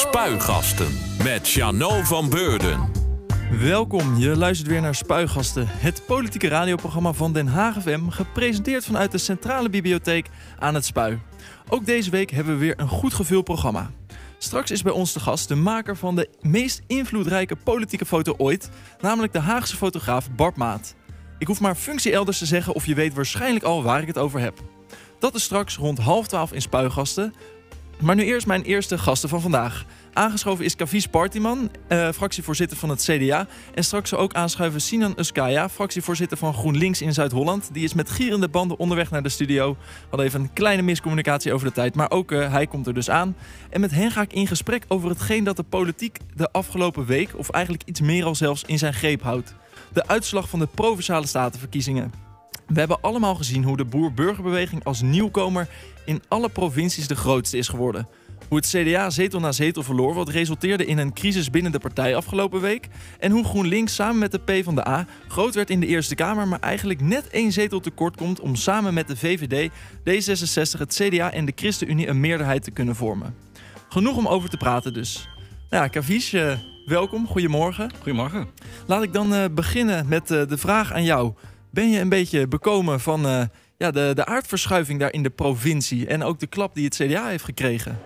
Spuigasten met Jeannot van Beurden. Welkom, je luistert weer naar Spuigasten, het politieke radioprogramma van Den Haag FM, gepresenteerd vanuit de Centrale Bibliotheek aan het Spui. Ook deze week hebben we weer een goed gevuld programma. Straks is bij ons de gast de maker van de meest invloedrijke politieke foto ooit, namelijk de Haagse fotograaf Bart Maat. Ik hoef maar functie elders te zeggen of je weet waarschijnlijk al waar ik het over heb. Dat is straks rond 11:30 in Spuigasten. Maar nu eerst mijn eerste gasten van vandaag. Aangeschoven is Kavise Partyman, fractievoorzitter van het CDA. En straks ook aanschuiven Sinan Uskaya, fractievoorzitter van GroenLinks in Zuid-Holland. Die is met gierende banden onderweg naar de studio. We hadden even een kleine miscommunicatie over de tijd, maar ook hij komt er dus aan. En met hen ga ik in gesprek over hetgeen dat de politiek de afgelopen week, of eigenlijk iets meer al zelfs, in zijn greep houdt. De uitslag van de Provinciale Statenverkiezingen. We hebben allemaal gezien hoe de boer-burgerbeweging als nieuwkomer in alle provincies de grootste is geworden. Hoe het CDA zetel na zetel verloor, wat resulteerde in een crisis binnen de partij afgelopen week. En hoe GroenLinks samen met de PvdA groot werd in de Eerste Kamer, maar eigenlijk net 1 zetel tekort komt om samen met de VVD, D66, het CDA en de ChristenUnie een meerderheid te kunnen vormen. Genoeg om over te praten dus. Nou ja, Kavise, welkom. Goedemorgen. Goedemorgen. Laat ik dan beginnen met de vraag aan jou. Ben je een beetje bekomen van de aardverschuiving daar in de provincie en ook de klap die het CDA heeft gekregen?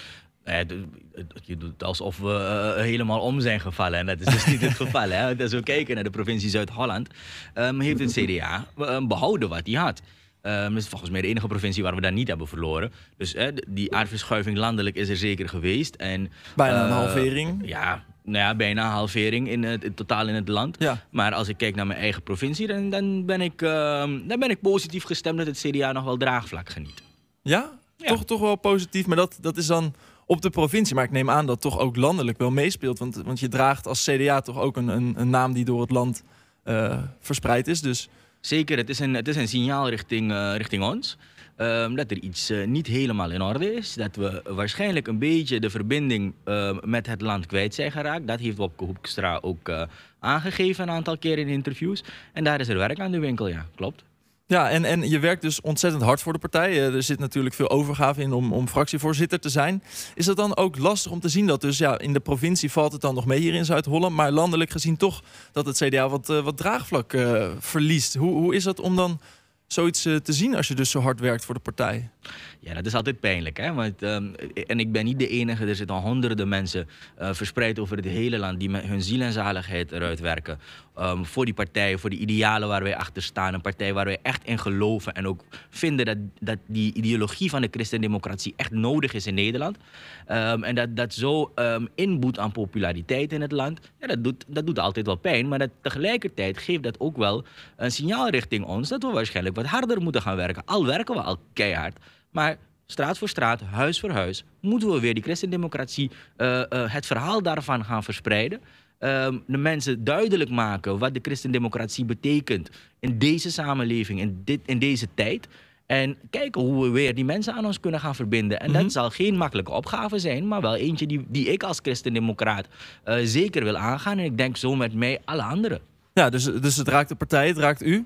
Je doet alsof we helemaal om zijn gevallen. En dat is dus niet het geval. Hè? Als we kijken naar de provincie Zuid-Holland, heeft het CDA behouden wat hij had. Dat is volgens mij de enige provincie waar we dat niet hebben verloren. Dus die aardverschuiving landelijk is er zeker geweest. En, bijna een halvering. Ja, bijna een halvering in totaal in het land. Ja. Maar als ik kijk naar mijn eigen provincie, dan ben ik positief gestemd dat het CDA nog wel draagvlak geniet. Ja? Toch wel positief, maar dat is dan op de provincie. Maar ik neem aan dat toch ook landelijk wel meespeelt. Want je draagt als CDA toch ook een naam die door het land verspreid is. Dus. Zeker, het is een signaal richting ons. Dat er iets niet helemaal in orde is. Dat we waarschijnlijk een beetje de verbinding met het land kwijt zijn geraakt. Dat heeft Wopke Hoekstra ook aangegeven een aantal keer in interviews. En daar is er werk aan de winkel, ja, klopt. Ja, en je werkt dus ontzettend hard voor de partij. Er zit natuurlijk veel overgave in om fractievoorzitter te zijn. Is dat dan ook lastig om te zien dat dus in de provincie valt het dan nog mee hier in Zuid-Holland, maar landelijk gezien toch dat het CDA wat draagvlak verliest? Hoe is dat om dan zoiets te zien als je dus zo hard werkt voor de partij? Ja, dat is altijd pijnlijk. Hè? Want, en ik ben niet de enige. Er zitten honderden mensen verspreid over het hele land die met hun ziel en zaligheid eruit werken. Voor die partij, voor de idealen waar wij achter staan. Een partij waar wij echt in geloven en ook vinden dat die ideologie van de christendemocratie echt nodig is in Nederland. En dat zo inboet aan populariteit in het land. Ja, dat doet altijd wel pijn. Maar tegelijkertijd geeft dat ook wel een signaal richting ons dat we waarschijnlijk wat harder moeten gaan werken. Al werken we al keihard. Maar straat voor straat, huis voor huis, moeten we weer die christendemocratie, het verhaal daarvan gaan verspreiden. De mensen duidelijk maken wat de christendemocratie betekent in deze samenleving, in deze tijd. En kijken hoe we weer die mensen aan ons kunnen gaan verbinden. En dat zal geen makkelijke opgave zijn, maar wel eentje die ik als christendemocraat zeker wil aangaan. En ik denk zo met mij alle anderen. Ja, dus het raakt de partij, het raakt u.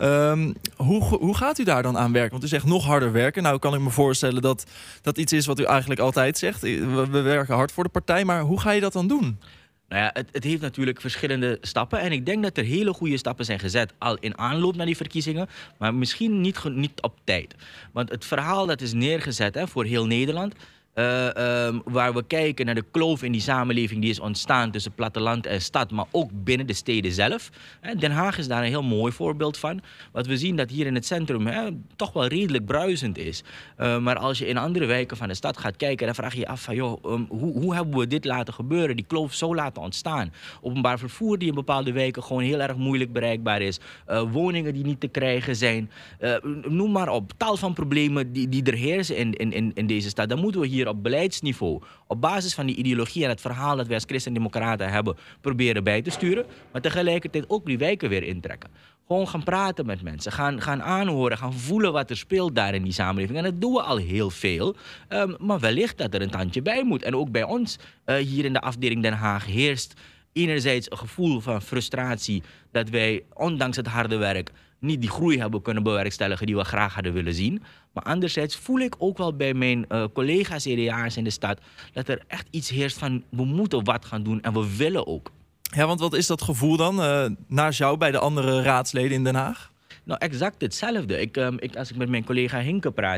Hoe gaat u daar dan aan werken? Want u zegt nog harder werken. Nou kan ik me voorstellen dat dat iets is wat u eigenlijk altijd zegt. We werken hard voor de partij, maar hoe ga je dat dan doen? Nou ja, het heeft natuurlijk verschillende stappen. En ik denk dat er hele goede stappen zijn gezet al in aanloop naar die verkiezingen. Maar misschien niet op tijd. Want het verhaal dat is neergezet voor heel Nederland. Waar we kijken naar de kloof in die samenleving die is ontstaan tussen platteland en stad, maar ook binnen de steden zelf. Den Haag is daar een heel mooi voorbeeld van. Wat we zien dat hier in het centrum toch wel redelijk bruisend is. Maar als je in andere wijken van de stad gaat kijken, dan vraag je je af van, hoe hebben we dit laten gebeuren? Die kloof zo laten ontstaan. Openbaar vervoer die in bepaalde wijken gewoon heel erg moeilijk bereikbaar is. Woningen die niet te krijgen zijn. Noem maar op. Tal van problemen die er heersen in deze stad. Dan moeten we hier op beleidsniveau, op basis van die ideologie en het verhaal dat wij als christendemocraten hebben, proberen bij te sturen, maar tegelijkertijd ook die wijken weer intrekken. Gewoon gaan praten met mensen, gaan aanhoren, gaan voelen wat er speelt daar in die samenleving. En dat doen we al heel veel, maar wellicht dat er een tandje bij moet. En ook bij ons hier in de afdeling Den Haag heerst enerzijds een gevoel van frustratie dat wij, ondanks het harde werk, niet die groei hebben kunnen bewerkstelligen die we graag hadden willen zien. Maar anderzijds voel ik ook wel bij mijn collega's CDA'ers in de stad dat er echt iets heerst van we moeten wat gaan doen en we willen ook. Ja, want wat is dat gevoel dan naast jou bij de andere raadsleden in Den Haag? Nou, exact hetzelfde. Als ik met mijn collega Hinke praat,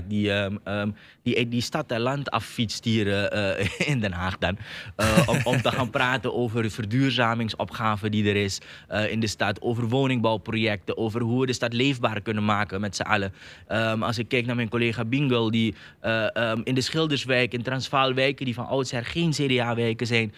die stad en land affietst hier in Den Haag dan. Om te gaan praten over de verduurzamingsopgave die er is in de stad. Over woningbouwprojecten, over hoe we de stad leefbaar kunnen maken met z'n allen. Als ik kijk naar mijn collega Bingel, die in de Schilderswijk, in Transvaalwijken, die van oudsher geen CDA-wijken zijn,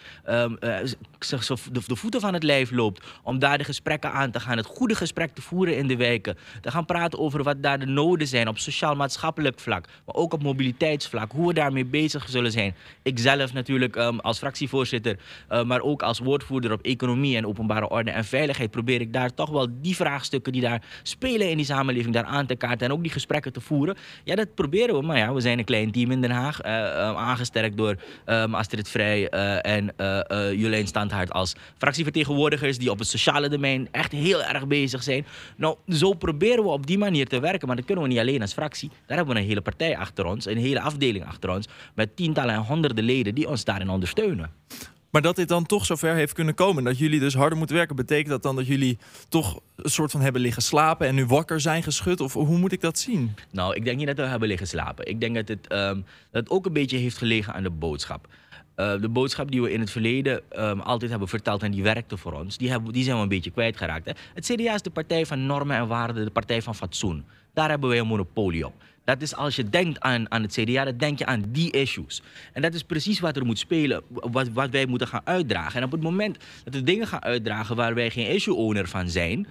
de voeten van het lijf loopt. Om daar de gesprekken aan te gaan, het goede gesprek te voeren in de wijken. Te gaan praten over wat daar de noden zijn op sociaal-maatschappelijk vlak. Maar ook op mobiliteitsvlak. Hoe we daarmee bezig zullen zijn. Ikzelf natuurlijk als fractievoorzitter. Maar ook als woordvoerder op economie en openbare orde en veiligheid. Probeer ik daar toch wel die vraagstukken die daar spelen in die samenleving daar aan te kaarten. En ook die gesprekken te voeren. Ja, dat proberen we. Maar ja, we zijn een klein team in Den Haag. Aangesterkt door Astrid Vrij en Jolijn Standaert als fractievertegenwoordigers. Die op het sociale domein echt heel erg bezig zijn. Nou, zo proberen we op die manier te werken, maar dat kunnen we niet alleen als fractie. Daar hebben we een hele partij achter ons, een hele afdeling achter ons, met tientallen en honderden leden die ons daarin ondersteunen. Maar dat dit dan toch zover heeft kunnen komen, dat jullie dus harder moeten werken, betekent dat dan dat jullie toch een soort van hebben liggen slapen en nu wakker zijn geschud? Of hoe moet ik dat zien? Nou, ik denk niet dat we hebben liggen slapen. Ik denk dat het ook een beetje heeft gelegen aan de boodschap. De boodschap die we in het verleden altijd hebben verteld en die werkte voor ons, die zijn we een beetje kwijtgeraakt. Hè? Het CDA is de partij van normen en waarden, de partij van fatsoen. Daar hebben wij een monopolie op. Dat is als je denkt aan het CDA, dan denk je aan die issues. En dat is precies wat er moet spelen, wat wij moeten gaan uitdragen. En op het moment dat we dingen gaan uitdragen waar wij geen issue-owner van zijn,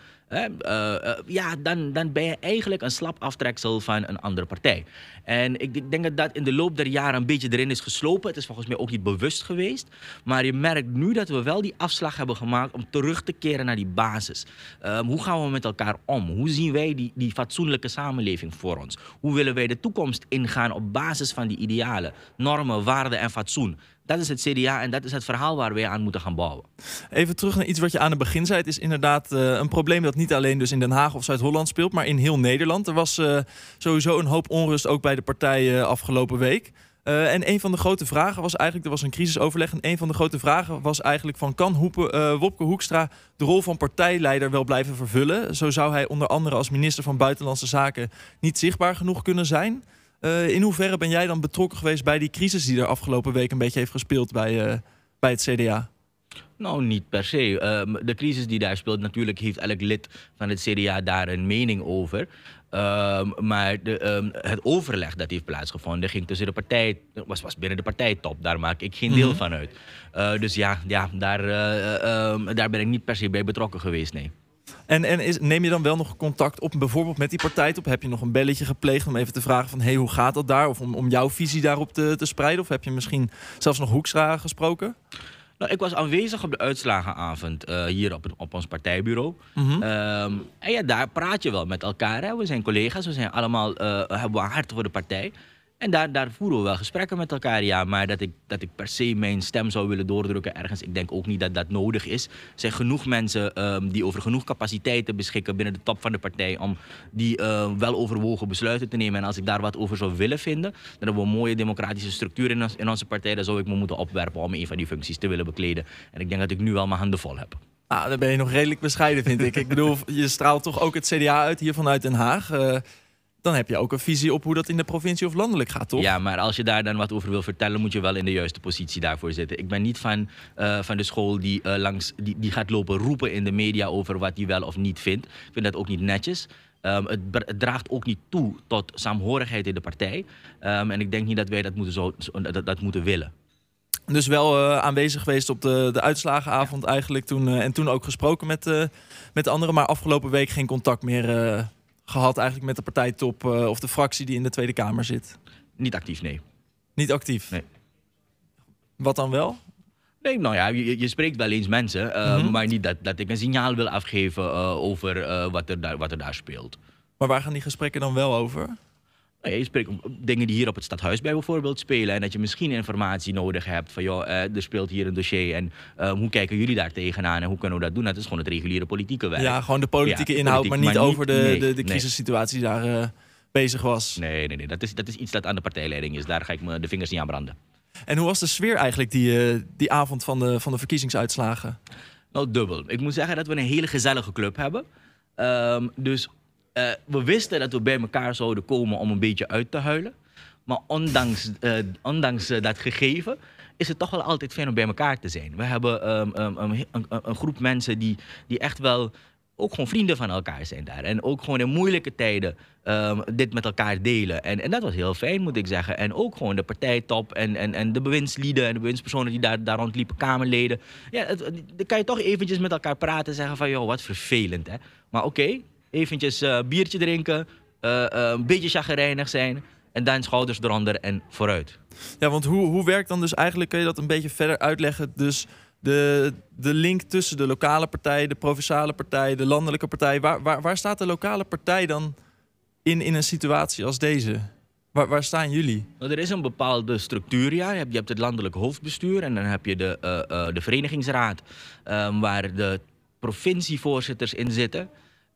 dan ben je eigenlijk een slap aftreksel van een andere partij. En ik denk dat dat in de loop der jaren een beetje erin is geslopen. Het is volgens mij ook niet bewust geweest. Maar je merkt nu dat we wel die afslag hebben gemaakt om terug te keren naar die basis. Hoe gaan we met elkaar om? Hoe zien wij die fatsoenlijke samenleving voor ons? Hoe willen wij de toekomst ingaan op basis van die idealen, normen, waarden en fatsoen? Dat is het CDA en dat is het verhaal waar we aan moeten gaan bouwen. Even terug naar iets wat je aan het begin zei. Het is inderdaad een probleem dat niet alleen dus in Den Haag of Zuid-Holland speelt, maar in heel Nederland. Er was sowieso een hoop onrust ook bij de partij afgelopen week. En een van de grote vragen was eigenlijk, er was een crisisoverleg, en een van de grote vragen was eigenlijk van, kan Wopke Hoekstra de rol van partijleider wel blijven vervullen? Zo zou hij onder andere als minister van Buitenlandse Zaken niet zichtbaar genoeg kunnen zijn. In hoeverre ben jij dan betrokken geweest bij die crisis die er afgelopen week een beetje heeft gespeeld bij het CDA? Nou, niet per se. De crisis die daar speelt, natuurlijk heeft elk lid van het CDA daar een mening over. Maar het overleg dat heeft plaatsgevonden ging tussen de partij, was binnen de partijtop. Daar maak ik geen deel van uit. Dus daar ben ik niet per se bij betrokken geweest, nee. En neem je dan wel nog contact op bijvoorbeeld met die partijtop? Heb je nog een belletje gepleegd om even te vragen van, hoe gaat dat daar? Of om jouw visie daarop te spreiden? Of heb je misschien zelfs nog Hoekstra gesproken? Nou, ik was aanwezig op de uitslagenavond hier op ons partijbureau. En ja, daar praat je wel met elkaar. Hè? We zijn collega's, we zijn allemaal, hebben we hart voor de partij. En daar voeren we wel gesprekken met elkaar, ja. Maar dat ik per se mijn stem zou willen doordrukken ergens, ik denk ook niet dat dat nodig is. Er zijn genoeg mensen die over genoeg capaciteiten beschikken binnen de top van de partij om die wel overwogen besluiten te nemen. En als ik daar wat over zou willen vinden, dan hebben we een mooie democratische structuur in onze partij. Dan zou ik me moeten opwerpen om een van die functies te willen bekleden. En ik denk dat ik nu wel mijn handen vol heb. Ah, dan ben je nog redelijk bescheiden, vind ik. Ik bedoel, je straalt toch ook het CDA uit hier vanuit Den Haag. Dan heb je ook een visie op hoe dat in de provincie of landelijk gaat, toch? Ja, maar als je daar dan wat over wil vertellen, moet je wel in de juiste positie daarvoor zitten. Ik ben niet van de school die gaat lopen roepen in de media over wat hij wel of niet vindt. Ik vind dat ook niet netjes. Het draagt ook niet toe tot saamhorigheid in de partij. En ik denk niet dat wij dat moeten willen. Dus wel aanwezig geweest op de uitslagenavond eigenlijk toen, en toen ook gesproken met anderen. Maar afgelopen week geen contact meer gehad eigenlijk met de partijtop of de fractie die in de Tweede Kamer zit? Niet actief, nee. Niet actief? Nee. Wat dan wel? Nee, nou ja, je spreekt wel eens mensen, maar niet dat ik een signaal wil afgeven over wat er daar speelt. Maar waar gaan die gesprekken dan wel over? Je spreekt dingen die hier op het stadhuis bijvoorbeeld spelen. En dat je misschien informatie nodig hebt van joh, er speelt hier een dossier. En hoe kijken jullie daar tegenaan en hoe kunnen we dat doen? Dat is gewoon het reguliere politieke werk. Ja, gewoon de politieke inhoud, maar niet over de crisissituatie die daar bezig was. Nee. Dat is iets dat aan de partijleiding is. Daar ga ik me de vingers niet aan branden. En hoe was de sfeer eigenlijk die avond van de verkiezingsuitslagen? Nou, dubbel. Ik moet zeggen dat we een hele gezellige club hebben. Dus we wisten dat we bij elkaar zouden komen om een beetje uit te huilen. Maar ondanks dat gegeven is het toch wel altijd fijn om bij elkaar te zijn. We hebben een groep mensen die echt wel ook gewoon vrienden van elkaar zijn daar. En ook gewoon in moeilijke tijden dit met elkaar delen. En dat was heel fijn, moet ik zeggen. En ook gewoon de partijtop en de bewindslieden en de bewindspersonen die daar rondliepen, Kamerleden. Ja, dan kan je toch eventjes met elkaar praten en zeggen van, joh, wat vervelend, hè. Maar oké, eventjes biertje drinken, een beetje chagrijnig zijn en dan schouders eronder en vooruit. Ja, want hoe werkt dan dus eigenlijk, kun je dat een beetje verder uitleggen, dus de link tussen de lokale partij, de provinciale partij, de landelijke partij. Waar staat de lokale partij dan in een situatie als deze? Waar staan jullie? Nou, er is een bepaalde structuur, ja. Je hebt het landelijk hoofdbestuur en dan heb je de verenigingsraad, waar de provincievoorzitters in zitten.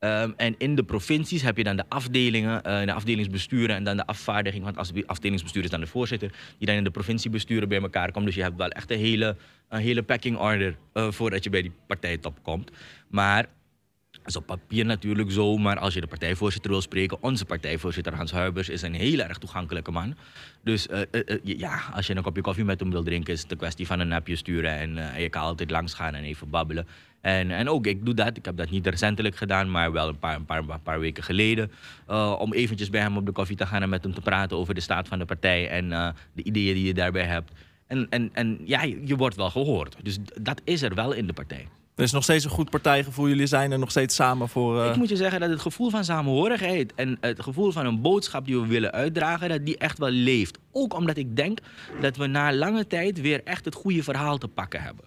En in de provincies heb je dan de afdelingen, de afdelingsbesturen en dan de afvaardiging. Want als afdelingsbestuur is dan de voorzitter, die dan in de provinciebesturen bij elkaar komt. Dus je hebt wel echt een hele packing order voordat je bij die partijtop komt. Maar dat is op papier natuurlijk zo, maar als je de partijvoorzitter wil spreken, onze partijvoorzitter Hans Huibers is een heel erg toegankelijke man. Dus als je een kopje koffie met hem wil drinken, is het een kwestie van een appje sturen en je kan altijd langs gaan en even babbelen. En ook, ik doe dat. Ik heb dat niet recentelijk gedaan, maar wel een paar weken geleden. Om eventjes bij hem op de koffie te gaan en met hem te praten over de staat van de partij en de ideeën die je daarbij hebt. En ja, je wordt wel gehoord. Dus dat is er wel in de partij. Er is nog steeds een goed partijgevoel. Jullie zijn er nog steeds samen voor... Ik moet je zeggen dat het gevoel van samenhorigheid en het gevoel van een boodschap die we willen uitdragen, dat die echt wel leeft. Ook omdat ik denk dat we na lange tijd weer echt het goede verhaal te pakken hebben.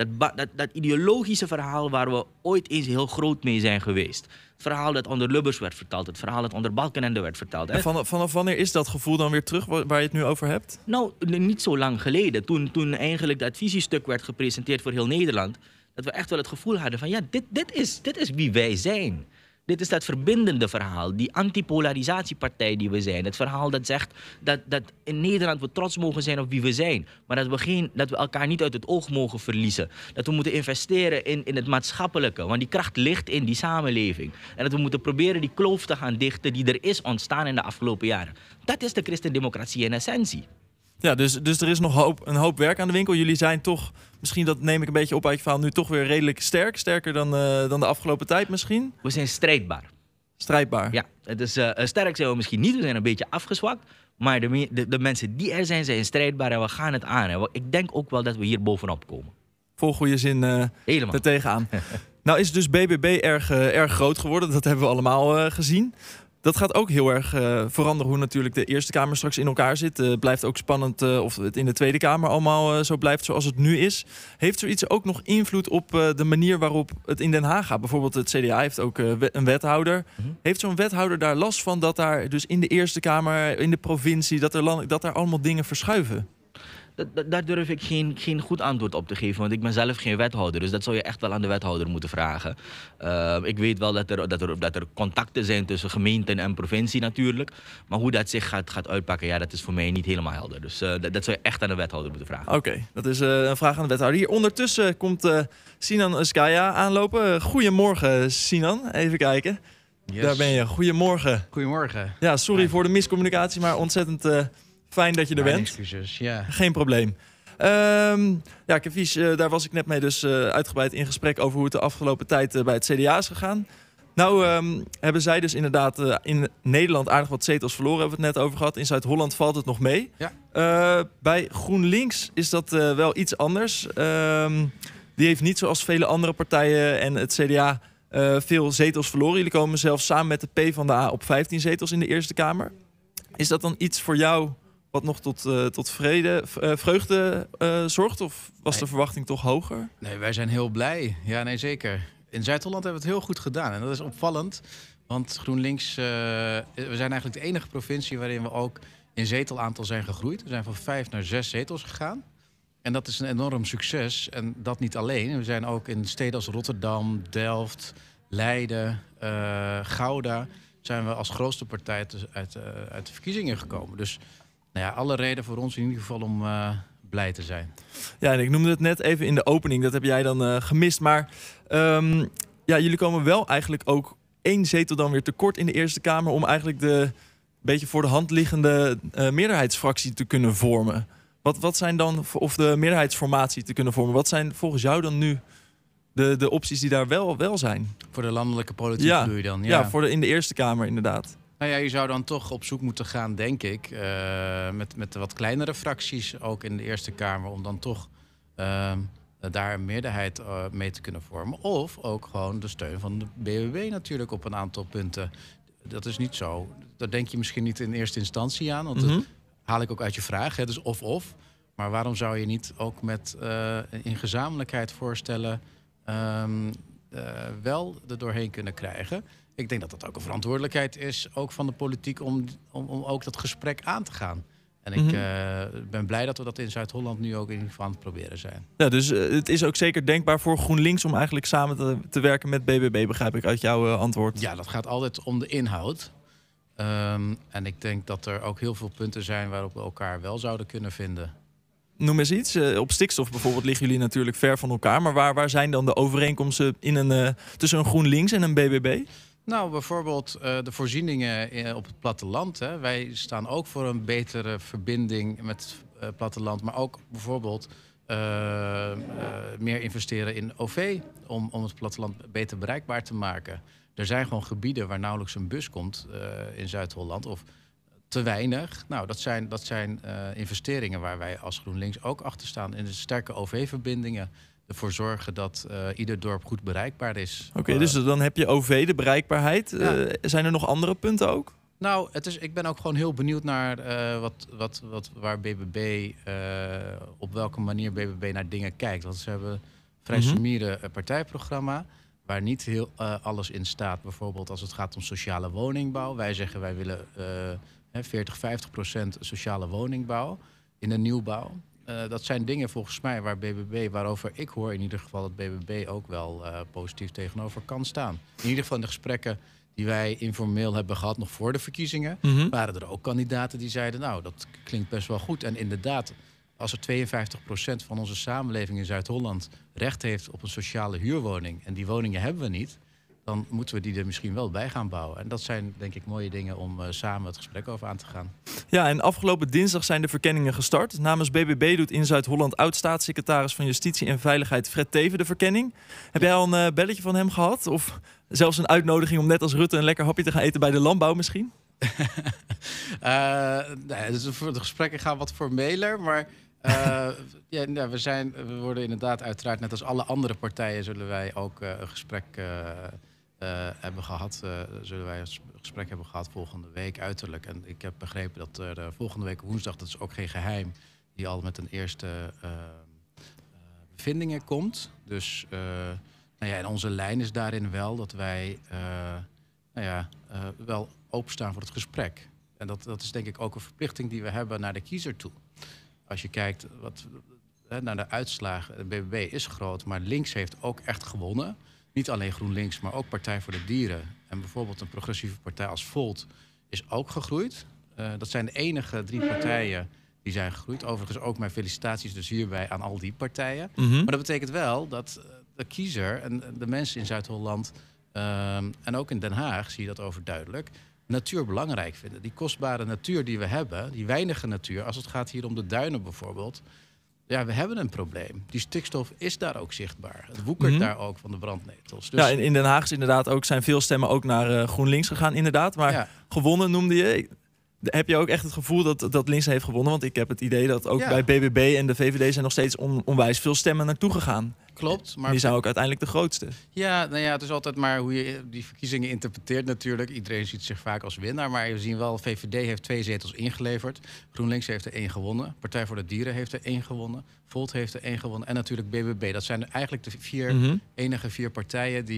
Dat ideologische verhaal waar we ooit eens heel groot mee zijn geweest. Het verhaal dat onder Lubbers werd verteld. Het verhaal dat onder Balkenende werd verteld. Hè? En vanaf wanneer is dat gevoel dan weer terug waar je het nu over hebt? Nou, niet zo lang geleden. Toen eigenlijk dat visiestuk werd gepresenteerd voor heel Nederland. Dat we echt wel het gevoel hadden van ja, dit is wie wij zijn. Dit is dat verbindende verhaal, die antipolarisatiepartij die we zijn. Het verhaal dat zegt dat in Nederland we trots mogen zijn op wie we zijn. Maar dat we elkaar niet uit het oog mogen verliezen. Dat we moeten investeren in het maatschappelijke. Want die kracht ligt in die samenleving. En dat we moeten proberen die kloof te gaan dichten die er is ontstaan in de afgelopen jaren. Dat is de christendemocratie in essentie. Ja, dus er is nog een hoop werk aan de winkel. Jullie zijn toch, misschien dat neem ik een beetje op uit je verhaal, nu toch weer redelijk sterk. Sterker dan de afgelopen tijd misschien. We zijn strijdbaar. Strijdbaar? Ja, het is, sterk zijn we misschien niet. We zijn een beetje afgezwakt. Maar de mensen die er zijn strijdbaar en we gaan het aan. En ik denk ook wel dat we hier bovenop komen. Vol goede zin er tegenaan. Nou is dus BBB erg groot geworden. Dat hebben we allemaal gezien. Dat gaat ook heel erg veranderen hoe natuurlijk de Eerste Kamer straks in elkaar zit. Blijft ook spannend of het in de Tweede Kamer allemaal zo blijft zoals het nu is. Heeft zoiets ook nog invloed op de manier waarop het in Den Haag gaat? Bijvoorbeeld het CDA heeft ook een wethouder. Mm-hmm. Heeft zo'n wethouder daar last van dat daar dus in de Eerste Kamer, in de provincie, dat daar allemaal dingen verschuiven? Daar durf ik geen goed antwoord op te geven, want ik ben zelf geen wethouder. Dus dat zou je echt wel aan de wethouder moeten vragen. Ik weet wel dat er contacten zijn tussen gemeenten en provincie natuurlijk. Maar hoe dat zich gaat uitpakken, ja, dat is voor mij niet helemaal helder. Dus dat zou je echt aan de wethouder moeten vragen. Oké, dat is een vraag aan de wethouder. Hier ondertussen komt Sinan Eskaya aanlopen. Goedemorgen, Sinan. Even kijken. Yes. Daar ben je. Goedemorgen. Goedemorgen. Ja, sorry voor de miscommunicatie, maar ontzettend... fijn dat je er bent. Excuses, ja. Geen probleem. Ja, Kevies, daar was ik net mee dus uitgebreid in gesprek over hoe het de afgelopen tijd bij het CDA is gegaan. Nou hebben zij dus inderdaad in Nederland aardig wat zetels verloren, hebben we het net over gehad. In Zuid-Holland valt het nog mee. Ja. Bij GroenLinks is dat wel iets anders. Die heeft niet zoals vele andere partijen en het CDA veel zetels verloren. Jullie komen zelfs samen met de PvdA op 15 zetels in de Eerste Kamer. Is dat dan iets voor jou wat nog tot vreugde zorgt? Of was de verwachting toch hoger? Nee, wij zijn heel blij. Ja, nee, zeker. In Zuid-Holland hebben we het heel goed gedaan. En dat is opvallend. Want GroenLinks, we zijn eigenlijk de enige provincie waarin we ook in zetelaantal zijn gegroeid. We zijn van 5 naar 6 zetels gegaan. En dat is een enorm succes. En dat niet alleen. We zijn ook in steden als Rotterdam, Delft, Leiden, Gouda... zijn we als grootste partij uit de verkiezingen gekomen. Dus nou ja, alle reden voor ons in ieder geval om blij te zijn. Ja, en ik noemde het net even in de opening. Dat heb jij dan gemist. Maar jullie komen wel eigenlijk ook 1 zetel dan weer tekort in de Eerste Kamer... om eigenlijk de beetje voor de hand liggende meerderheidsfractie te kunnen vormen. Wat zijn dan, of de meerderheidsformatie te kunnen vormen... wat zijn volgens jou dan nu de opties die daar wel zijn? Voor de landelijke politiek doe je dan? Ja, in de Eerste Kamer inderdaad. Nou ja, je zou dan toch op zoek moeten gaan, denk ik... met de wat kleinere fracties ook in de Eerste Kamer... om dan toch daar een meerderheid mee te kunnen vormen. Of ook gewoon de steun van de BBB natuurlijk op een aantal punten. Dat is niet zo. Daar denk je misschien niet in eerste instantie aan. Want dat haal ik ook uit je vraag. Hè, dus of. Maar waarom zou je niet ook met in gezamenlijkheid voorstellen... wel er doorheen kunnen krijgen? Ik denk dat dat ook een verantwoordelijkheid is, ook van de politiek... om ook dat gesprek aan te gaan. En ik ben blij dat we dat in Zuid-Holland nu ook in ieder geval aan het proberen zijn. Ja, dus het is ook zeker denkbaar voor GroenLinks om eigenlijk samen te werken met BBB, begrijp ik uit jouw antwoord. Ja, dat gaat altijd om de inhoud. En ik denk dat er ook heel veel punten zijn waarop we elkaar wel zouden kunnen vinden. Noem eens iets. Op stikstof bijvoorbeeld liggen jullie natuurlijk ver van elkaar. Maar waar zijn dan de overeenkomsten tussen een GroenLinks en een BBB? Nou, bijvoorbeeld de voorzieningen op het platteland. Hè. Wij staan ook voor een betere verbinding met het platteland. Maar ook bijvoorbeeld meer investeren in OV... om het platteland beter bereikbaar te maken. Er zijn gewoon gebieden waar nauwelijks een bus komt in Zuid-Holland... of te weinig. Nou, dat zijn investeringen waar wij als GroenLinks ook achter staan... in de sterke OV-verbindingen... ervoor zorgen dat ieder dorp goed bereikbaar is. Oké, dus dan heb je OV, de bereikbaarheid. Ja. Zijn er nog andere punten ook? Nou, ik ben ook gewoon heel benieuwd naar waar BBB... op welke manier BBB naar dingen kijkt. Want ze hebben een vrij summiere partijprogramma... waar niet heel alles in staat. Bijvoorbeeld als het gaat om sociale woningbouw. Wij zeggen wij willen 40-50% sociale woningbouw in de nieuwbouw. Dat zijn dingen volgens mij waarover ik hoor in ieder geval dat BBB ook wel positief tegenover kan staan. In ieder geval in de gesprekken die wij informeel hebben gehad nog voor de verkiezingen, waren er ook kandidaten die zeiden, nou, dat klinkt best wel goed. En inderdaad, als er 52% van onze samenleving in Zuid-Holland recht heeft op een sociale huurwoning en die woningen hebben we niet, dan moeten we die er misschien wel bij gaan bouwen. En dat zijn, denk ik, mooie dingen om samen het gesprek over aan te gaan. Ja, en afgelopen dinsdag zijn de verkenningen gestart. Namens BBB doet in Zuid-Holland oud-staatssecretaris van Justitie en Veiligheid Fred Teven de verkenning. Heb jij al een belletje van hem gehad? Of zelfs een uitnodiging om net als Rutte een lekker hapje te gaan eten bij de landbouw misschien? Dus de gesprekken gaan wat formeler, maar... we worden inderdaad uiteraard, net als alle andere partijen, zullen wij ook een gesprek hebben gehad. Zullen wij een gesprek hebben gehad volgende week uiterlijk. En ik heb begrepen dat er volgende week woensdag, dat is ook geen geheim, die al met een eerste bevindingen komt. Dus en onze lijn is daarin wel dat wij wel openstaan voor het gesprek. En dat is denk ik ook een verplichting die we hebben naar de kiezer toe. Als je kijkt naar de uitslagen, de BBB is groot, maar links heeft ook echt gewonnen. Niet alleen GroenLinks, maar ook Partij voor de Dieren. En bijvoorbeeld een progressieve partij als Volt is ook gegroeid. Dat zijn de enige 3 partijen die zijn gegroeid. Overigens ook mijn felicitaties dus hierbij aan al die partijen. Maar dat betekent wel dat de kiezer en de mensen in Zuid-Holland... en ook in Den Haag zie je dat overduidelijk... natuur belangrijk vinden. Die kostbare natuur die we hebben, die weinige natuur... als het gaat hier om de duinen bijvoorbeeld... ja, we hebben een probleem. Die stikstof is daar ook zichtbaar. Het woekert daar ook van de brandnetels. Dus... Ja, in Den Haag is inderdaad ook, zijn veel stemmen ook naar GroenLinks gegaan, inderdaad. Maar gewonnen noemde je... Heb je ook echt het gevoel dat links heeft gewonnen? Want ik heb het idee dat ook bij BBB en de VVD... zijn nog steeds onwijs veel stemmen naartoe gegaan. Klopt. Maar die zijn ook uiteindelijk de grootste. Ja, het is altijd maar hoe je die verkiezingen interpreteert natuurlijk. Iedereen ziet zich vaak als winnaar. Maar we zien wel, VVD heeft 2 zetels ingeleverd. GroenLinks heeft er 1 gewonnen. Partij voor de Dieren heeft er 1 gewonnen. Volt heeft er 1 gewonnen. En natuurlijk BBB. Dat zijn eigenlijk de enige 4 partijen die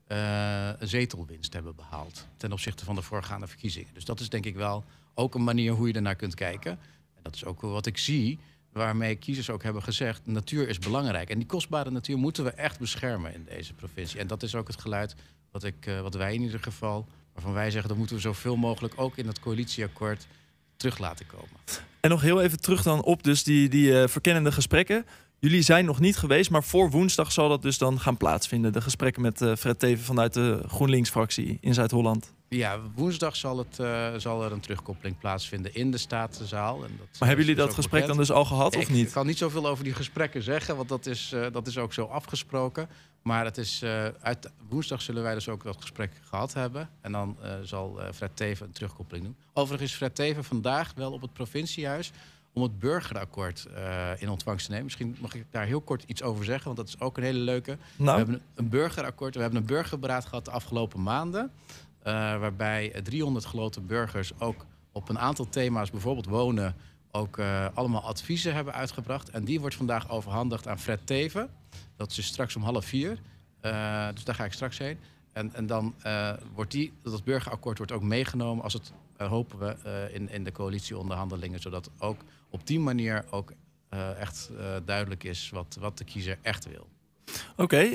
een zetelwinst hebben behaald ten opzichte van de voorgaande verkiezingen. Dus dat is denk ik wel ook een manier hoe je ernaar kunt kijken. En dat is ook wat ik zie, waarmee kiezers ook hebben gezegd, natuur is belangrijk. En die kostbare natuur moeten we echt beschermen in deze provincie. En dat is ook het geluid wat wij in ieder geval, waarvan wij zeggen, dat moeten we zoveel mogelijk ook in het coalitieakkoord terug laten komen. En nog heel even terug dan op dus die verkennende gesprekken. Jullie zijn nog niet geweest, maar voor woensdag zal dat dus dan gaan plaatsvinden. De gesprekken met Fred Teeven vanuit de GroenLinks-fractie in Zuid-Holland. Ja, woensdag zal er een terugkoppeling plaatsvinden in de Statenzaal. En maar hebben jullie dat gesprek bekend. Dan dus al gehad of niet? Ik kan niet zoveel over die gesprekken zeggen, want dat is ook zo afgesproken. Maar woensdag zullen wij dus ook dat gesprek gehad hebben. En dan zal Fred Teeven een terugkoppeling doen. Overigens is Fred Teeven vandaag wel op het provinciehuis om het burgerakkoord in ontvangst te nemen. Misschien mag ik daar heel kort iets over zeggen, want dat is ook een hele leuke. Nou. We hebben een burgerakkoord, we hebben een burgerberaad gehad de afgelopen maanden. Waarbij 300 geloten burgers ook op een aantal thema's, bijvoorbeeld wonen, ook allemaal adviezen hebben uitgebracht. En die wordt vandaag overhandigd aan Fred Teeven. Dat is dus straks om 3:30. Dus daar ga ik straks heen. En dan wordt dat burgerakkoord wordt ook meegenomen, als het hopen we, in de coalitieonderhandelingen. Zodat ook op die manier ook echt duidelijk is wat de kiezer echt wil. Oké.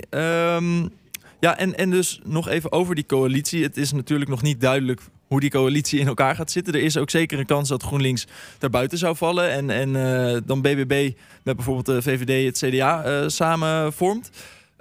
Ja, en dus nog even over die coalitie. Het is natuurlijk nog niet duidelijk hoe die coalitie in elkaar gaat zitten. Er is ook zeker een kans dat GroenLinks daarbuiten zou vallen. En dan BBB met bijvoorbeeld de VVD, het CDA samen vormt.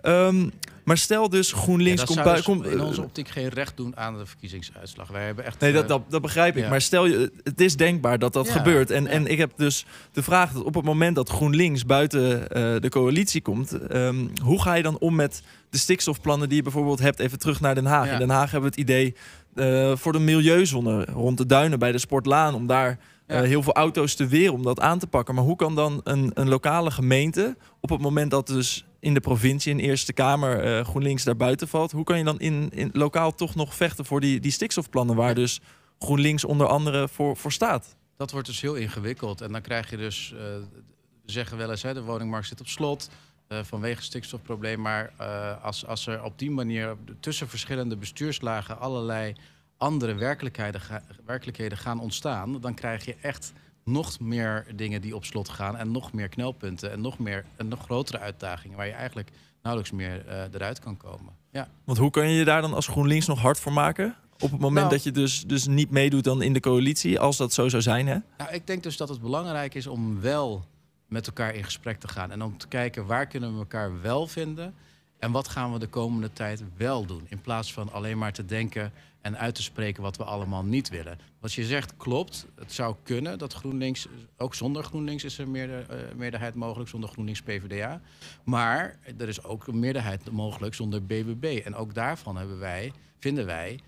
Maar stel dus GroenLinks komt bij. In onze optiek geen recht doen aan de verkiezingsuitslag. Wij hebben echt. Nee, dat begrijp ik. Ja. Maar stel je, het is denkbaar dat gebeurt. En ik heb dus de vraag dat op het moment dat GroenLinks buiten de coalitie komt, hoe ga je dan om met de stikstofplannen die je bijvoorbeeld hebt? Even terug naar Den Haag. Ja. In Den Haag hebben we het idee voor de milieuzone rond de duinen bij de Sportlaan, om daar heel veel auto's te weren om dat aan te pakken. Maar hoe kan dan een lokale gemeente, op het moment dat dus in de provincie, in Eerste Kamer, GroenLinks daar buiten valt, hoe kan je dan in lokaal toch nog vechten voor die stikstofplannen waar dus GroenLinks onder andere voor staat? Dat wordt dus heel ingewikkeld. En dan krijg je dus, we zeggen wel eens, de woningmarkt zit op slot vanwege stikstofprobleem. Maar als er op die manier tussen verschillende bestuurslagen allerlei andere werkelijkheden gaan ontstaan, dan krijg je echt nog meer dingen die op slot gaan en nog meer knelpunten en nog grotere uitdagingen waar je eigenlijk nauwelijks meer eruit kan komen. Ja. Want hoe kan je je daar dan als GroenLinks nog hard voor maken? Op het moment dat je dus niet meedoet dan in de coalitie, als dat zo zou zijn, hè? Nou, ik denk dus dat het belangrijk is om wel met elkaar in gesprek te gaan en om te kijken waar kunnen we elkaar wel vinden en wat gaan we de komende tijd wel doen. In plaats van alleen maar te denken en uit te spreken wat we allemaal niet willen. Wat je zegt klopt. Het zou kunnen dat GroenLinks, ook zonder GroenLinks is er meerderheid mogelijk, zonder GroenLinks PvdA. Maar er is ook een meerderheid mogelijk zonder BBB. En ook daarvan vinden wij,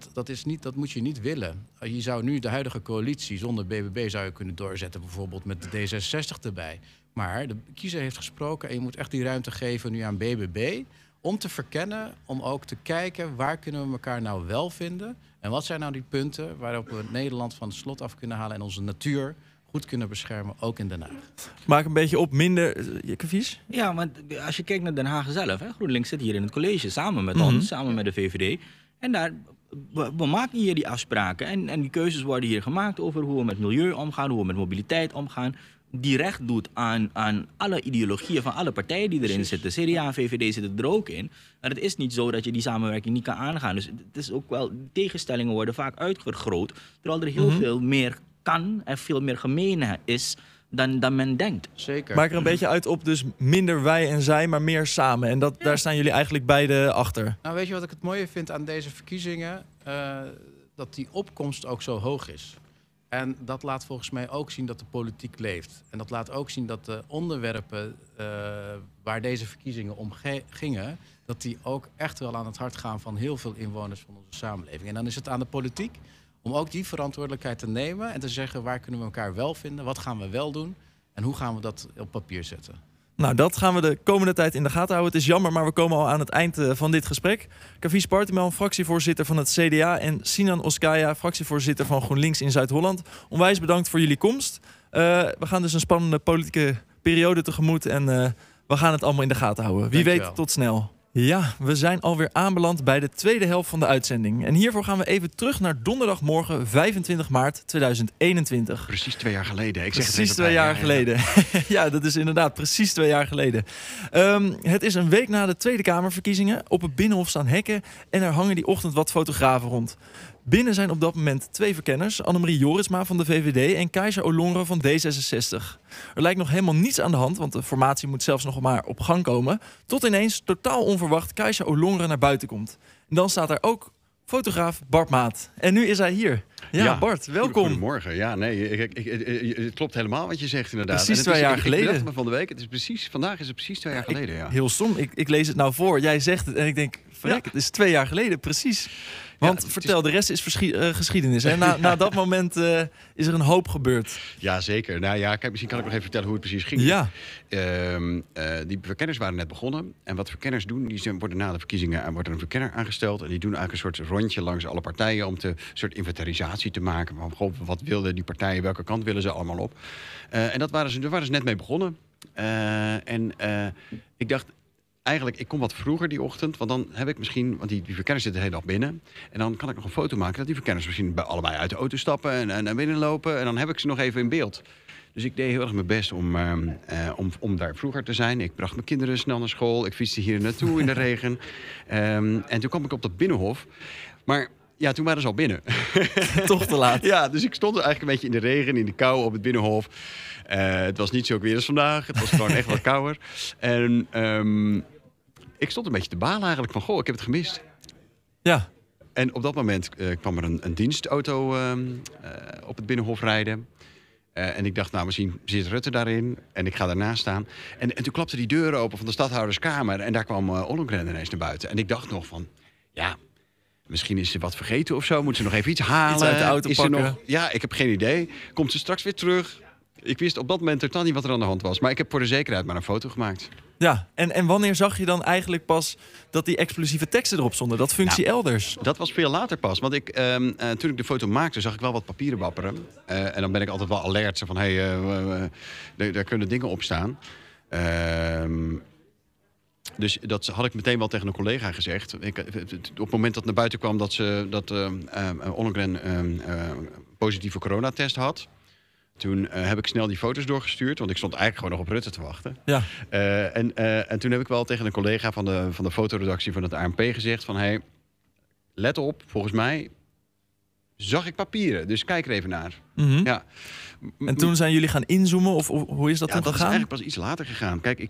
dat moet je niet willen. Je zou nu de huidige coalitie zonder BBB zou je kunnen doorzetten, bijvoorbeeld met de D66 erbij. Maar de kiezer heeft gesproken en je moet echt die ruimte geven nu aan BBB om te verkennen, om ook te kijken waar kunnen we elkaar nou wel vinden en wat zijn nou die punten waarop we Nederland van het slot af kunnen halen en onze natuur goed kunnen beschermen, ook in Den Haag. Maak een beetje op minder. Vies? Ja, want als je kijkt naar Den Haag zelf, GroenLinks zit hier in het college samen met ons, samen met de VVD. En daar, we maken hier die afspraken en die keuzes worden hier gemaakt over hoe we met milieu omgaan, hoe we met mobiliteit omgaan. Die recht doet aan alle ideologieën van alle partijen die erin zitten. CDA en VVD zitten er ook in. Maar het is niet zo dat je die samenwerking niet kan aangaan. Dus het is ook wel, tegenstellingen worden vaak uitvergroot, terwijl er heel veel meer kan en veel meer gemeen is dan men denkt. Zeker. Maak er een beetje uit op dus minder wij en zij, maar meer samen. En daar staan jullie eigenlijk beide achter. Nou, weet je wat ik het mooie vind aan deze verkiezingen? Dat die opkomst ook zo hoog is. En dat laat volgens mij ook zien dat de politiek leeft. En dat laat ook zien dat de onderwerpen waar deze verkiezingen om gingen, dat die ook echt wel aan het hart gaan van heel veel inwoners van onze samenleving. En dan is het aan de politiek om ook die verantwoordelijkheid te nemen en te zeggen waar kunnen we elkaar wel vinden, wat gaan we wel doen en hoe gaan we dat op papier zetten. Nou, dat gaan we de komende tijd in de gaten houden. Het is jammer, maar we komen al aan het eind van dit gesprek. Kavijs Partimel, fractievoorzitter van het CDA... en Sinan Oskaya, fractievoorzitter van GroenLinks in Zuid-Holland. Onwijs bedankt voor jullie komst. We gaan dus een spannende politieke periode tegemoet... en we gaan het allemaal in de gaten houden. Wie weet, tot snel. Ja, we zijn alweer aanbeland bij de tweede helft van de uitzending. En hiervoor gaan we even terug naar donderdagmorgen 25 maart 2021. Precies 2 jaar geleden. Ik zeg het Precies even 2 bij. jaar geleden. Ja, dat is inderdaad precies 2 jaar geleden. Het is een week na de Tweede Kamerverkiezingen. Op het Binnenhof staan hekken en er hangen die ochtend wat fotografen rond. Binnen zijn op dat moment 2 verkenners. Annemarie Jorisma van de VVD en Kajsa Ollongren van D66. Er lijkt nog helemaal niets aan de hand, want de formatie moet zelfs nog maar op gang komen. Tot ineens, totaal onverwacht, Kajsa Ollongren naar buiten komt. En dan staat er ook fotograaf Bart Maat. En nu is hij hier. Ja, Bart, welkom. Goedemorgen. Ja, nee, het klopt helemaal wat je zegt inderdaad. Precies 2 jaar geleden. Ik bedacht me van de week. Vandaag is het precies 2 jaar geleden, ja. Heel stom. Ik lees het nou voor. Jij zegt het en ik denk, verrek, het is 2 jaar geleden, precies. Want vertel, de rest is geschiedenis. Hè? Na dat moment is er een hoop gebeurd. Ja, zeker. Nou ja, kijk, misschien kan ik nog even vertellen hoe het precies ging. Ja. Die verkenners waren net begonnen. En wat verkenners doen, die worden na de verkiezingen wordt er een verkenner aangesteld. En die doen eigenlijk een soort rondje langs alle partijen om een soort inventarisatie te maken. Van, goh, wat wilden die partijen, welke kant willen ze allemaal op? En daar waren ze net mee begonnen. Ik dacht, eigenlijk, ik kom wat vroeger die ochtend, want dan heb ik misschien, want die verkenners zitten de hele dag binnen. En dan kan ik nog een foto maken dat die verkenners misschien allebei uit de auto stappen en naar binnen lopen. En dan heb ik ze nog even in beeld. Dus ik deed heel erg mijn best om daar vroeger te zijn. Ik bracht mijn kinderen snel naar school. Ik fietste hier naartoe in de regen. En toen kwam ik op dat Binnenhof. Maar ja, toen waren ze al binnen. Toch te laat. Ja, dus ik stond er eigenlijk een beetje in de regen, in de kou op het Binnenhof. Het was niet zo weer als vandaag. Het was gewoon echt wat kouder. En ik stond een beetje te balen eigenlijk van, goh, ik heb het gemist. Ja. En op dat moment kwam er een dienstauto op het Binnenhof rijden. En ik dacht, nou, misschien zit Rutte daarin. En ik ga daarnaast staan. En toen klapte die deur open van de stadhouderskamer. En daar kwam Ollongren ineens naar buiten. En ik dacht nog van, ja, misschien is ze wat vergeten of zo. Moet ze nog even iets halen? Iets uit de auto pakken? Ja, ik heb geen idee. Komt ze straks weer terug? Ik wist op dat moment totaal niet wat er aan de hand was. Maar ik heb voor de zekerheid maar een foto gemaakt. Ja, en wanneer zag je dan eigenlijk pas dat die explosieve teksten erop stonden? Dat functie elders? Dat was veel later pas. Want toen ik de foto maakte, zag ik wel wat papieren wapperen. En dan ben ik altijd wel alert. Zo van, daar kunnen dingen op staan. Dus dat had ik meteen wel tegen een collega gezegd. Op het moment dat naar buiten kwam dat Ollongren positieve coronatest had, toen heb ik snel die foto's doorgestuurd. Want ik stond eigenlijk gewoon nog op Rutte te wachten. Ja. En toen heb ik wel tegen een collega van de fotoredactie van het ANP gezegd van, hey, let op, volgens mij zag ik papieren. Dus kijk er even naar. Mm-hmm. Ja. En toen zijn jullie gaan inzoomen? Of hoe is dat toen dat gegaan? is eigenlijk pas iets later gegaan. Kijk,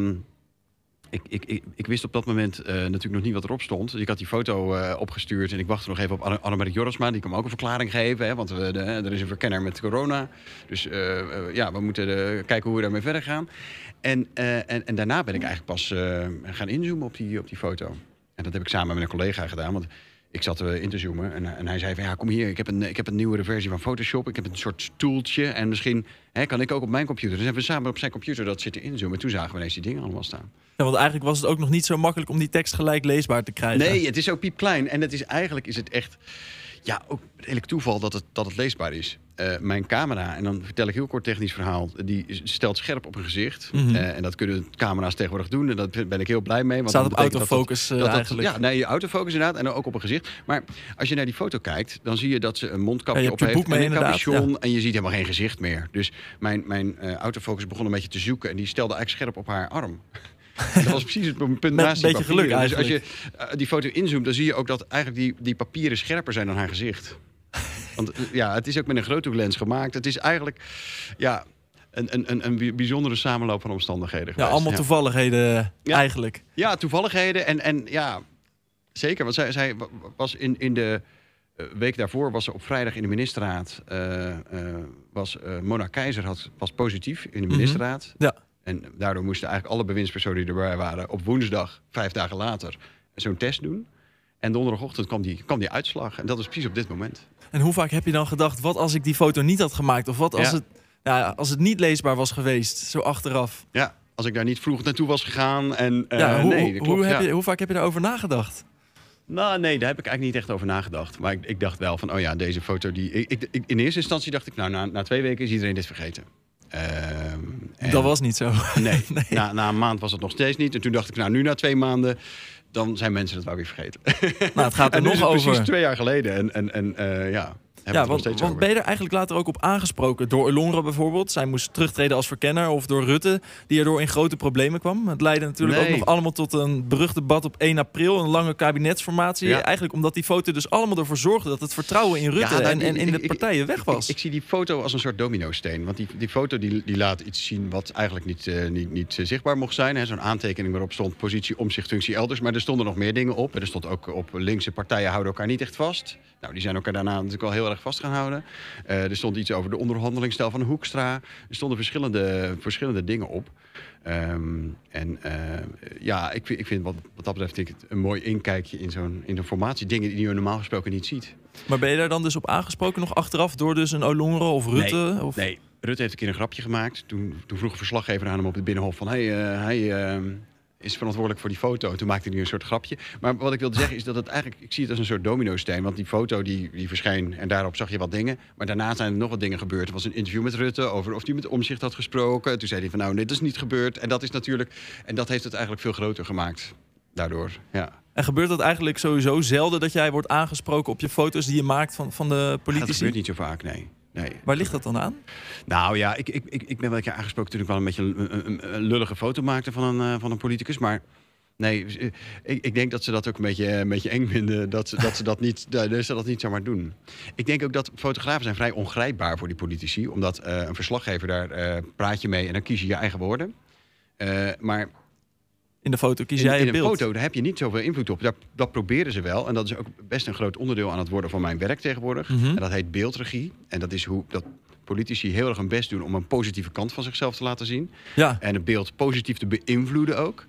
ik wist op dat moment natuurlijk nog niet wat erop stond. Dus ik had die foto opgestuurd en ik wachtte nog even op Annemarie Jorisma. Die kwam ook een verklaring geven, hè, want er is een verkenner met corona. Dus we moeten kijken hoe we daarmee verder gaan. En daarna ben ik eigenlijk pas gaan inzoomen op die foto. En dat heb ik samen met een collega gedaan, want ik zat in te zoomen en hij zei van, ja, kom hier, ik heb een nieuwere versie van Photoshop. Ik heb een soort tooltje en misschien kan ik ook op mijn computer. Dus hebben we samen op zijn computer dat zitten inzoomen. En toen zagen we ineens die dingen allemaal staan. Ja, want eigenlijk was het ook nog niet zo makkelijk om die tekst gelijk leesbaar te krijgen. Nee, het is ook piepklein. En eigenlijk is het echt, ja, ook redelijk toeval dat het leesbaar is. Mijn camera, en dan vertel ik heel kort technisch verhaal, die stelt scherp op een gezicht. Mm-hmm. En dat kunnen camera's tegenwoordig doen. En daar ben ik heel blij mee. Want staat op autofocus eigenlijk. Ja, nee, autofocus inderdaad. En ook op een gezicht. Maar als je naar die foto kijkt, dan zie je dat ze een mondkapje op heeft en een capuchon. Ja. En je ziet helemaal geen gezicht meer. Dus mijn autofocus begon een beetje te zoeken. En die stelde eigenlijk scherp op haar arm. Dat was precies het punt met naast een beetje geluk eigenlijk. Dus als je die foto inzoomt, dan zie je ook dat eigenlijk die papieren scherper zijn dan haar gezicht. Want ja, het is ook met een groothoeklens gemaakt. Het is eigenlijk een bijzondere samenloop van omstandigheden geweest. Ja, allemaal toevalligheden eigenlijk. Ja, toevalligheden. En ja, zeker. Want zij was in de week daarvoor was ze op vrijdag in de ministerraad. Mona Keizer was positief in de ministerraad. Mm-hmm. Ja. En daardoor moesten eigenlijk alle bewindspersonen die erbij waren op woensdag, 5 dagen later, zo'n test doen. En donderdagochtend kwam die uitslag. En dat is precies op dit moment. En hoe vaak heb je dan gedacht, wat als ik die foto niet had gemaakt? Of wat als het niet leesbaar was geweest, zo achteraf? Ja, als ik daar niet vroeg naartoe was gegaan. En, hoe vaak heb je daarover nagedacht? Nou, nee, daar heb ik eigenlijk niet echt over nagedacht. Maar ik dacht wel van, oh ja, deze foto die... in eerste instantie dacht ik, nou, na 2 weken is iedereen dit vergeten. Dat was niet zo. Nee, na een maand was het nog steeds niet. En toen dacht ik, nou nu na 2 maanden, dan zijn mensen het wel weer vergeten. Nou, het gaat er en nu nog is het over. precies 2 jaar geleden. Ja, want ben je er eigenlijk later ook op aangesproken? Door Ollongren bijvoorbeeld. Zij moest terugtreden als verkenner. Of door Rutte, die erdoor in grote problemen kwam. Het leidde natuurlijk ook nog allemaal tot een berucht debat op 1 april. Een lange kabinetsformatie. Ja. Eigenlijk omdat die foto dus allemaal ervoor zorgde dat het vertrouwen in Rutte en in de partijen weg was. Ik zie die foto als een soort domino-steen. Want die foto die laat iets zien wat eigenlijk niet zichtbaar mocht zijn. Zo'n aantekening waarop stond positie, omzicht, functie elders. Maar er stonden nog meer dingen op. Er stond ook op linkse partijen houden elkaar niet echt vast. Nou, die zijn elkaar daarna natuurlijk al heel erg vast gaan houden. Er stond iets over de onderhandelingsstijl van Hoekstra. Er stonden verschillende dingen op. Ik vind wat dat betreft een mooi inkijkje in zo'n formatie. Dingen die je normaal gesproken niet ziet. Maar ben je daar dan dus op aangesproken nog achteraf door dus een Ollongren of Rutte? Nee. Rutte heeft een keer een grapje gemaakt. Toen vroeg een verslaggever aan hem op het Binnenhof van... hij is verantwoordelijk voor die foto. En toen maakte hij een soort grapje. Maar wat ik wilde zeggen is dat het eigenlijk... Ik zie het als een soort domino-steen. Want die foto die verscheen en daarop zag je wat dingen. Maar daarna zijn er nog wat dingen gebeurd. Er was een interview met Rutte over of hij met Omtzigt had gesproken. Toen zei hij van nou, nee, dat is niet gebeurd. En dat is natuurlijk... En dat heeft het eigenlijk veel groter gemaakt daardoor, ja. En gebeurt dat eigenlijk sowieso zelden dat jij wordt aangesproken op je foto's die je maakt van de politici? Dat gebeurt niet zo vaak, nee. Waar ligt dat dan aan? Nou ja, ik ben wel een keer aangesproken toen ik wel een beetje een lullige foto maakte van een politicus. Maar nee, ik denk dat ze dat ook een beetje eng vinden. Dat ze dat niet zomaar doen. Ik denk ook dat fotografen zijn vrij ongrijpbaar voor die politici. Omdat een verslaggever, daar praat je mee en dan kies je je eigen woorden. Maar... In de foto kies jij in beeld. In een foto, daar heb je niet zoveel invloed op. Dat proberen ze wel. En dat is ook best een groot onderdeel aan het worden van mijn werk tegenwoordig. Mm-hmm. En dat heet beeldregie. En dat is hoe dat politici heel erg hun best doen om een positieve kant van zichzelf te laten zien. Ja. En het beeld positief te beïnvloeden ook.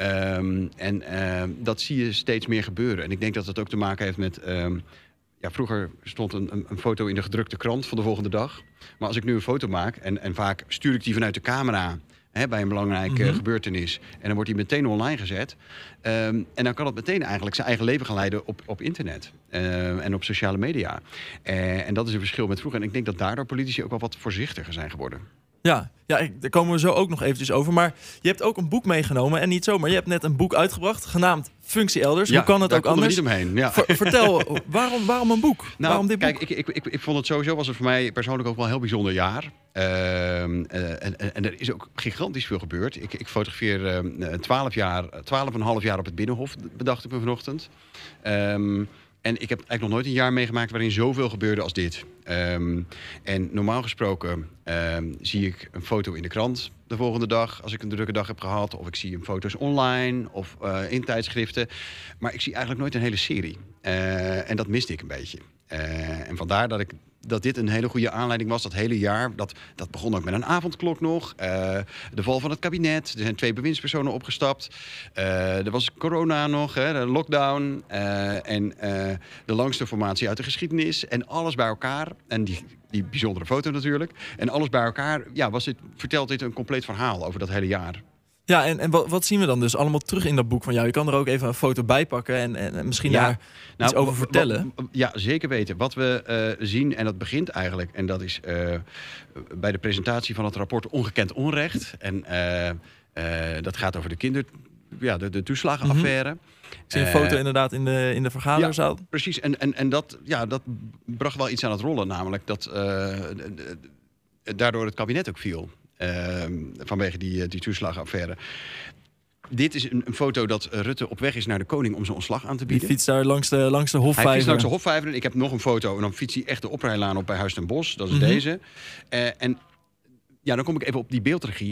Dat zie je steeds meer gebeuren. En ik denk dat dat ook te maken heeft met... vroeger stond een foto in de gedrukte krant van de volgende dag. Maar als ik nu een foto maak en vaak stuur ik die vanuit de camera... bij een belangrijke gebeurtenis. En dan wordt die meteen online gezet. En dan kan het meteen eigenlijk zijn eigen leven gaan leiden op internet. En op sociale media. En dat is een verschil met vroeger. En ik denk dat daardoor politici ook wel wat voorzichtiger zijn geworden. Ja, daar komen we zo ook nog eventjes over. Maar je hebt ook een boek meegenomen. En niet zomaar. Je hebt net een boek uitgebracht, genaamd Functie Elders. Hoe kan het ook anders? Daar konden we niet omheen. Ja. Vertel, waarom een boek? Nou, waarom dit boek? Kijk, ik vond het sowieso, was het voor mij persoonlijk ook wel een heel bijzonder jaar. En er is ook gigantisch veel gebeurd. Ik fotografeer 12,5 jaar op het Binnenhof, bedacht ik me vanochtend. En ik heb eigenlijk nog nooit een jaar meegemaakt waarin zoveel gebeurde als dit. En normaal gesproken zie ik een foto in de krant de volgende dag... als ik een drukke dag heb gehad. Of ik zie een foto's online of in tijdschriften. Maar ik zie eigenlijk nooit een hele serie. En dat miste ik een beetje. En vandaar dat dit een hele goede aanleiding was, dat hele jaar. Dat begon ook met een avondklok nog. De val van het kabinet. Er zijn 2 bewindspersonen opgestapt. Er was corona nog, de lockdown. En de langste formatie uit de geschiedenis. En alles bij elkaar. En die bijzondere foto natuurlijk. En alles bij elkaar vertelt dit een compleet verhaal over dat hele jaar. Ja, en wat zien we dan dus allemaal terug in dat boek van jou? Je kan er ook even een foto bij pakken en misschien daar iets over vertellen. Ja, zeker weten. Wat we zien, en dat begint eigenlijk... en dat is bij de presentatie van het rapport Ongekend Onrecht. En dat gaat over de toeslagenaffaire. Ik zie een foto inderdaad in de vergaderzaal. Ja, precies. En dat bracht wel iets aan het rollen. Namelijk dat daardoor het kabinet ook viel. Vanwege die toeslagenaffaire. Dit is een foto dat Rutte op weg is naar de koning om zijn ontslag aan te bieden. Die fietst daar langs de Hofvijver. Hij fietst langs de Hofvijver. Ik heb nog een foto en dan fietst hij echt de oprijlaan op bij Huis ten Bosch. Dat is deze. Dan kom ik even op die beeldregie.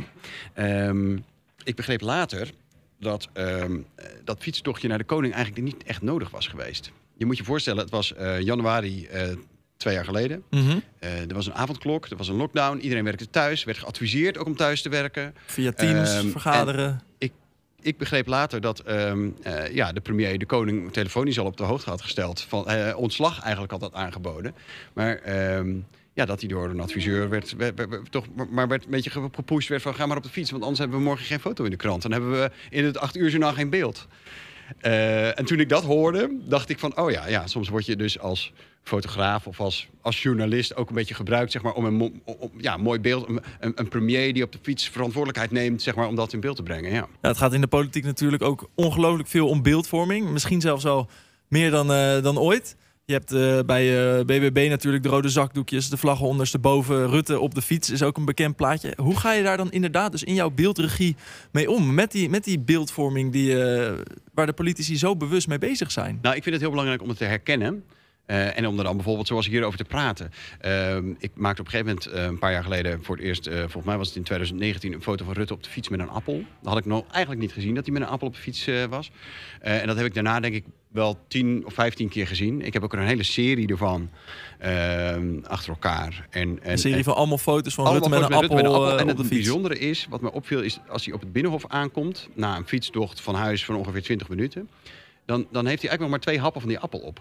Ik begreep later dat dat fietstochtje naar de koning eigenlijk niet echt nodig was geweest. Je moet je voorstellen, het was januari 2 jaar geleden. Er was een avondklok, er was een lockdown. Iedereen werkte thuis, werd geadviseerd ook om thuis te werken. Via Teams, vergaderen. Ik begreep later dat de premier de koning telefonisch al op de hoogte had gesteld. Van ontslag eigenlijk had dat aangeboden. Maar dat hij door een adviseur werd een beetje gepusht werd van ga maar op de fiets. Want anders hebben we morgen geen foto in de krant. Dan hebben we in het 8 uur journaal geen beeld. En toen ik dat hoorde, dacht ik van... soms word je dus als fotograaf of als journalist ook een beetje gebruikt... zeg maar, om een mooi beeld, een premier die op de fiets verantwoordelijkheid neemt... zeg maar, om dat in beeld te brengen, ja. Ja, het gaat in de politiek natuurlijk ook ongelooflijk veel om beeldvorming. Misschien zelfs wel meer dan ooit. Je hebt bij BBB natuurlijk de rode zakdoekjes, de vlaggen ondersteboven. Rutte op de fiets is ook een bekend plaatje. Hoe ga je daar dan inderdaad dus in jouw beeldregie mee om? Met die beeldvorming waar de politici zo bewust mee bezig zijn. Nou, ik vind het heel belangrijk om het te herkennen. En om er dan bijvoorbeeld zoals hierover te praten. Ik maakte op een gegeven moment een paar jaar geleden voor het eerst... volgens mij was het in 2019 een foto van Rutte op de fiets met een appel. Dat had ik nog eigenlijk niet gezien dat hij met een appel op de fiets was. En dat heb ik daarna denk ik wel 10 of 15 keer gezien. Ik heb ook een hele serie ervan achter elkaar. Een serie van allemaal foto's van Rutte met een appel En op de het fiets. bijzondere is, wat me opviel, is als hij op het Binnenhof aankomt... na een fietstocht van huis van ongeveer 20 minuten... dan heeft hij eigenlijk nog maar 2 happen van die appel op.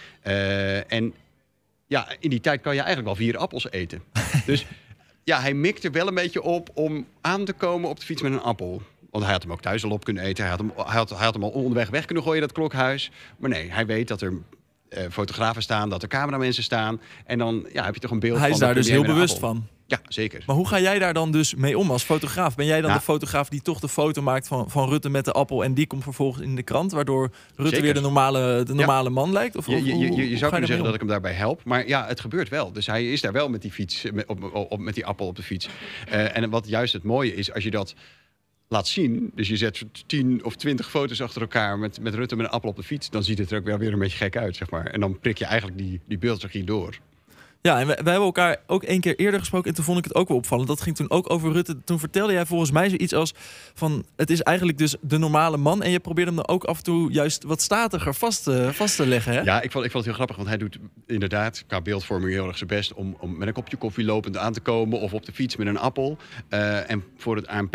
En ja, in die tijd kan je eigenlijk wel 4 appels eten. Dus ja, hij mikt er wel een beetje op om aan te komen op de fiets met een appel. Want hij had hem ook thuis al op kunnen eten. Hij had hem al onderweg weg kunnen gooien, dat klokhuis. Maar nee, hij weet dat er fotografen staan, dat er cameramensen staan. En dan heb je toch een beeld van... Hij is daar dus heel bewust van. Ja, zeker. Maar hoe ga jij daar dan dus mee om als fotograaf? Ben jij dan de fotograaf die toch de foto maakt van Rutte met de appel... en die komt vervolgens in de krant, waardoor Rutte zeker weer de normale man lijkt? Of je zou kunnen zeggen dat ik hem daarbij help. Maar ja, het gebeurt wel. Dus hij is daar wel met die fiets, met die appel op de fiets. En wat juist het mooie is, als je dat laat zien... dus je zet 10 of 20 foto's achter elkaar met Rutte met een appel op de fiets... dan ziet het er ook wel weer een beetje gek uit, zeg maar. En dan prik je eigenlijk die beeldregie door. Ja, en we hebben elkaar ook 1 keer eerder gesproken en toen vond ik het ook wel opvallend. Dat ging toen ook over Rutte. Toen vertelde jij volgens mij zoiets als van... het is eigenlijk dus de normale man en je probeert hem dan ook af en toe juist wat statiger vast te leggen. Hè? Ja, ik vond het heel grappig, want hij doet inderdaad qua beeldvorming heel erg zijn best... om met een kopje koffie lopend aan te komen of op de fiets met een appel. En voor het ANP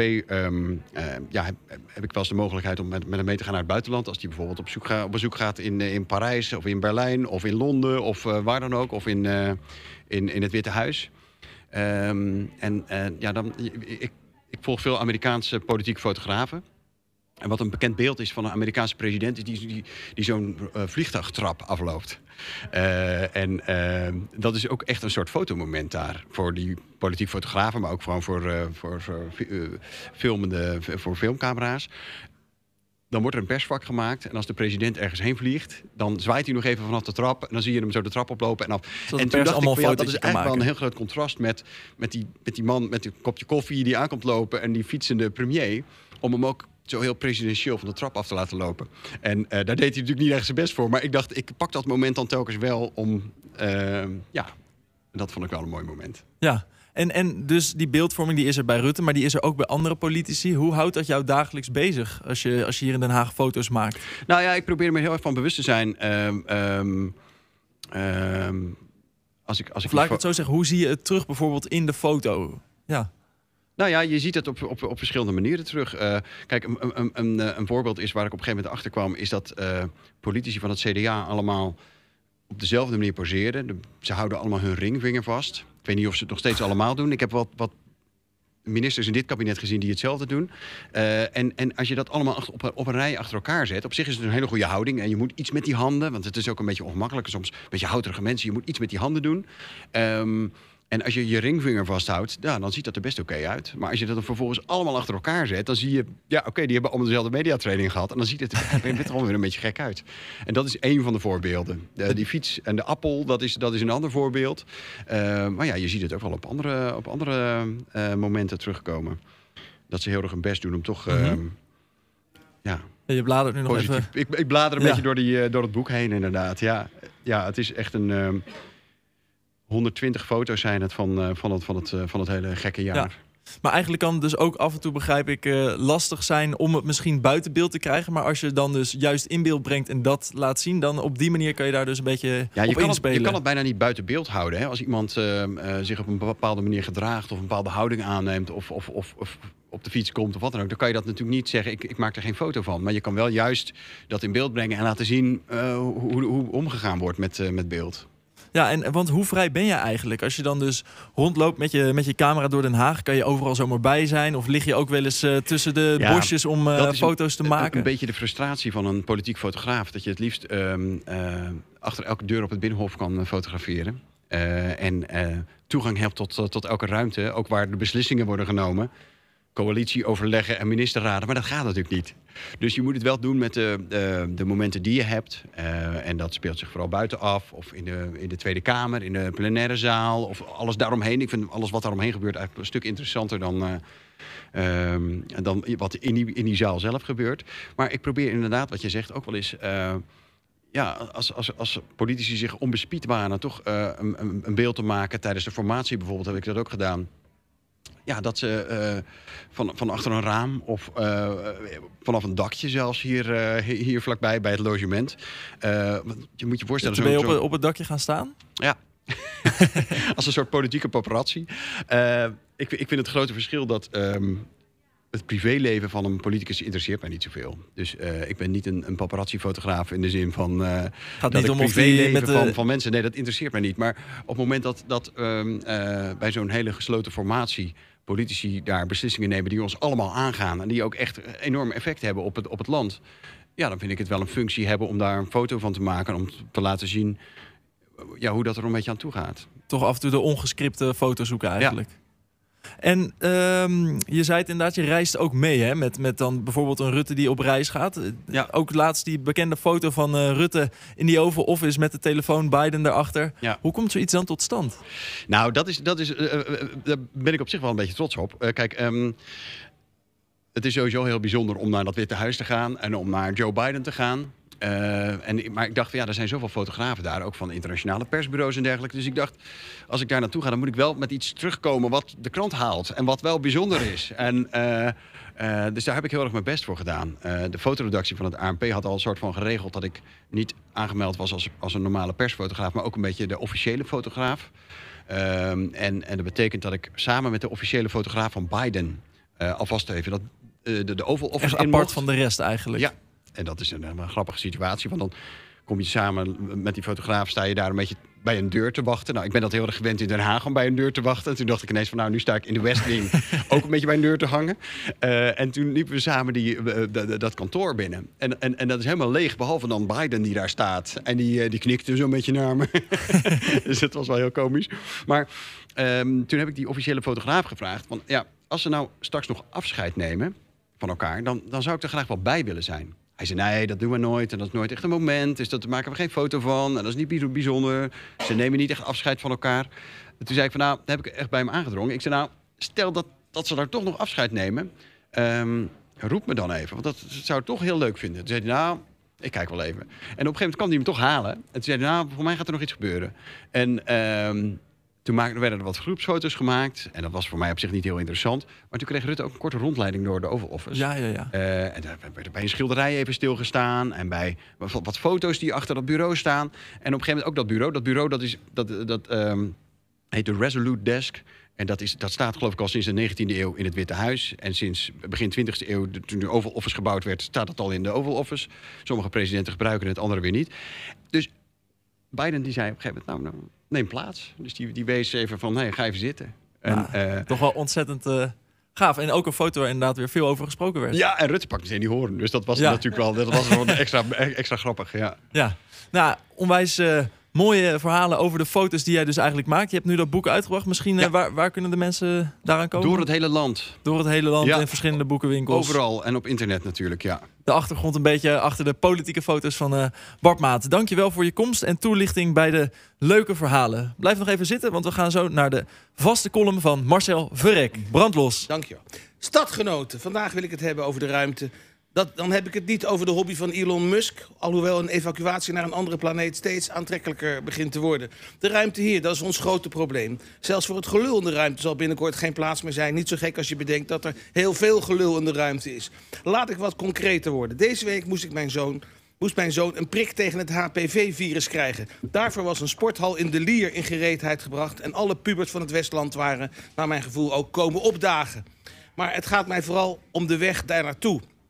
heb ik wel eens de mogelijkheid om met hem mee te gaan naar het buitenland. Als hij bijvoorbeeld op bezoek gaat in Parijs of in Berlijn of in Londen of waar dan ook. Of in het Witte Huis. Ik volg veel Amerikaanse politieke fotografen. En wat een bekend beeld is van een Amerikaanse president... is die zo'n vliegtuigtrap afloopt. Dat is ook echt een soort fotomoment daar. Voor die politieke fotografen, maar ook gewoon voor filmcamera's. Dan wordt er een persvak gemaakt. En als de president ergens heen vliegt... dan zwaait hij nog even vanaf de trap. En dan zie je hem zo de trap oplopen en af. En toen dacht ik, dat is eigenlijk wel een heel groot contrast... met die man met een kopje koffie die aankomt lopen... en die fietsende premier. Om hem ook zo heel presidentieel van de trap af te laten lopen. En daar deed hij natuurlijk niet echt zijn best voor. Maar ik dacht, ik pak dat moment dan telkens wel om... dat vond ik wel een mooi moment. Ja. En dus die beeldvorming die is er bij Rutte, maar die is er ook bij andere politici. Hoe houdt dat jou dagelijks bezig als je hier in Den Haag foto's maakt? Nou ja, ik probeer me heel erg van bewust te zijn. Laat ik het zo zeggen, hoe zie je het terug bijvoorbeeld in de foto? Ja. Nou ja, je ziet het op verschillende manieren terug. Kijk, een voorbeeld is waar ik op een gegeven moment achter kwam... is dat politici van het CDA allemaal op dezelfde manier poseren. Ze houden allemaal hun ringvinger vast. Ik weet niet of ze het nog steeds allemaal doen. Ik heb wat ministers in dit kabinet gezien die hetzelfde doen. En als je dat allemaal op een rij achter elkaar zet... op zich is het een hele goede houding. En je moet iets met die handen, want het is ook een beetje ongemakkelijk. Soms een beetje houterige mensen. Je moet iets met die handen doen. En als je je ringvinger vasthoudt, dan ziet dat er best oké uit. Maar als je dat dan vervolgens allemaal achter elkaar zet... dan zie je, die hebben allemaal dezelfde mediatraining gehad... en dan ziet het er gewoon weer een beetje gek uit. En dat is één van de voorbeelden. Die fiets en de appel, dat is een ander voorbeeld. Maar ja, je ziet het ook wel op andere momenten terugkomen. Dat ze heel erg hun best doen om toch... Je bladert nu nog positief. even... Ik blader een beetje door het boek heen, inderdaad. Ja, het is echt een... 120 foto's zijn het van het hele gekke jaar. Ja. Maar eigenlijk kan het dus ook af en toe, begrijp ik, lastig zijn om het misschien buiten beeld te krijgen. Maar als je dan dus juist in beeld brengt en dat laat zien, dan op die manier kan je daar dus een beetje op inspelen. Je kan het bijna niet buiten beeld houden. Hè? Als iemand zich op een bepaalde manier gedraagt of een bepaalde houding aanneemt of op de fiets komt of wat dan ook, dan kan je dat natuurlijk niet zeggen, ik maak er geen foto van. Maar je kan wel juist dat in beeld brengen en laten zien hoe omgegaan wordt met beeld. Ja, want hoe vrij ben je eigenlijk? Als je dan dus rondloopt met je camera door Den Haag, kan je overal zomaar bij zijn? Of lig je ook wel eens tussen de bosjes om foto's te maken? Een beetje de frustratie van een politiek fotograaf. Dat je het liefst achter elke deur op het Binnenhof kan fotograferen. En toegang hebt tot elke ruimte, ook waar de beslissingen worden genomen. Coalitieoverleggen en ministerraden, maar dat gaat natuurlijk niet. Dus je moet het wel doen met de momenten die je hebt. En dat speelt zich vooral buitenaf, of in de Tweede Kamer, in de plenaire zaal, of alles daaromheen. Ik vind alles wat daaromheen gebeurt eigenlijk een stuk interessanter dan wat in die zaal zelf gebeurt. Maar ik probeer inderdaad, wat je zegt, ook wel eens... als politici zich onbespied waren, toch een beeld te maken. Tijdens de formatie bijvoorbeeld heb ik dat ook gedaan. Ja, dat ze van achter een raam of vanaf een dakje zelfs hier vlakbij bij het logement. Je moet je voorstellen... Ben je op het dakje gaan staan? Ja. Als een soort politieke paparazzi. Ik vind het grote verschil dat... Het privéleven van een politicus interesseert mij niet zoveel. Dus ik ben niet een paparazzi-fotograaf in de zin van... Gaat dat niet ik om privéleven van mensen... Nee, dat interesseert mij niet. Maar op het moment dat bij zo'n hele gesloten formatie... politici daar beslissingen nemen die ons allemaal aangaan... en die ook echt enorm effect hebben op het land... ja, dan vind ik het wel een functie hebben om daar een foto van te maken... om te laten zien hoe dat er een beetje aan toe gaat. Toch af en toe de ongescripte foto zoeken eigenlijk. Ja. En je zei het inderdaad, je reist ook mee hè? Met dan bijvoorbeeld een Rutte die op reis gaat. Ja. Ook laatst die bekende foto van Rutte in die Oval Office met de telefoon Biden daarachter. Ja. Hoe komt zoiets dan tot stand? Nou, daar ben ik op zich wel een beetje trots op. Het is sowieso heel bijzonder om naar dat Witte Huis te gaan en om naar Joe Biden te gaan. Maar ik dacht, er zijn zoveel fotografen daar, ook van internationale persbureaus en dergelijke. Dus ik dacht, als ik daar naartoe ga, dan moet ik wel met iets terugkomen wat de krant haalt. En wat wel bijzonder is. Dus daar heb ik heel erg mijn best voor gedaan. De fotoredactie van het ANP had al een soort van geregeld dat ik niet aangemeld was als een normale persfotograaf, maar ook een beetje de officiële fotograaf. En dat betekent dat ik samen met de officiële fotograaf van Biden alvast even de Oval Office echt apart van de rest eigenlijk. Ja. En dat is een grappige situatie, want dan kom je samen met die fotograaf... sta je daar een beetje bij een deur te wachten. Nou, ik ben dat heel erg gewend in Den Haag om bij een deur te wachten. En toen dacht ik ineens van, nu sta ik in de West Wing ook een beetje bij een deur te hangen. En toen liepen we samen dat kantoor binnen. En dat is helemaal leeg, behalve dan Biden die daar staat. En die knikte zo'n beetje naar me. Dus dat was wel heel komisch. Maar toen heb ik die officiële fotograaf gevraagd... van, als ze nou straks nog afscheid nemen van elkaar... dan zou ik er graag wel bij willen zijn. Hij zei, nee, dat doen we nooit en dat is nooit echt een moment. Dus daar maken we geen foto van en dat is niet bijzonder. Ze nemen niet echt afscheid van elkaar. En toen zei ik van, daar heb ik echt bij hem aangedrongen. Ik zei, stel dat ze daar toch nog afscheid nemen... roep me dan even, want dat zou ik toch heel leuk vinden. Toen zei hij, ik kijk wel even. En op een gegeven moment kwam hij me toch halen. En toen zei hij, voor mij gaat er nog iets gebeuren. En... Toen werden er wat groepsfoto's gemaakt. En dat was voor mij op zich niet heel interessant. Maar toen kreeg Rutte ook een korte rondleiding door de Oval Office. Ja. En daar werd bij een schilderij even stilgestaan. En bij wat foto's die achter dat bureau staan. En op een gegeven moment ook dat bureau. Dat bureau dat heet de Resolute Desk. En dat staat geloof ik al sinds de 19e eeuw in het Witte Huis. En sinds begin 20e eeuw, toen de Oval Office gebouwd werd... staat dat al in de Oval Office. Sommige presidenten gebruiken het, andere weer niet. Dus Biden die zei op een gegeven moment... neem plaats. Dus die wees even van, ga even zitten. Toch wel ontzettend gaaf. En ook een foto waar inderdaad weer veel over gesproken werd. Ja, en Rutte pakte meteen die hoorn. Dus dat was natuurlijk wel... Dat was gewoon extra grappig, Ja, nou, onwijs... mooie verhalen over de foto's die jij dus eigenlijk maakt. Je hebt nu dat boek uitgebracht. Misschien waar kunnen de mensen daaraan komen? Door het hele land. Door het hele land in verschillende boekenwinkels. Overal en op internet natuurlijk, ja. De achtergrond een beetje achter de politieke foto's van Bart Maat. Dankjewel voor je komst en toelichting bij de leuke verhalen. Blijf nog even zitten, want we gaan zo naar de vaste column van Marcel Verrek. Brandlos. Dankjewel. Stadgenoten, vandaag wil ik het hebben over de ruimte. Dan heb ik het niet over de hobby van Elon Musk... alhoewel een evacuatie naar een andere planeet steeds aantrekkelijker begint te worden. De ruimte hier, dat is ons grote probleem. Zelfs voor het gelul in de ruimte zal binnenkort geen plaats meer zijn. Niet zo gek als je bedenkt dat er heel veel gelul in de ruimte is. Laat ik wat concreter worden. Deze week moest mijn zoon een prik tegen het HPV-virus krijgen. Daarvoor was een sporthal in De Lier in gereedheid gebracht... en alle pubers van het Westland waren, naar mijn gevoel, ook komen opdagen. Maar het gaat mij vooral om de weg daar naartoe.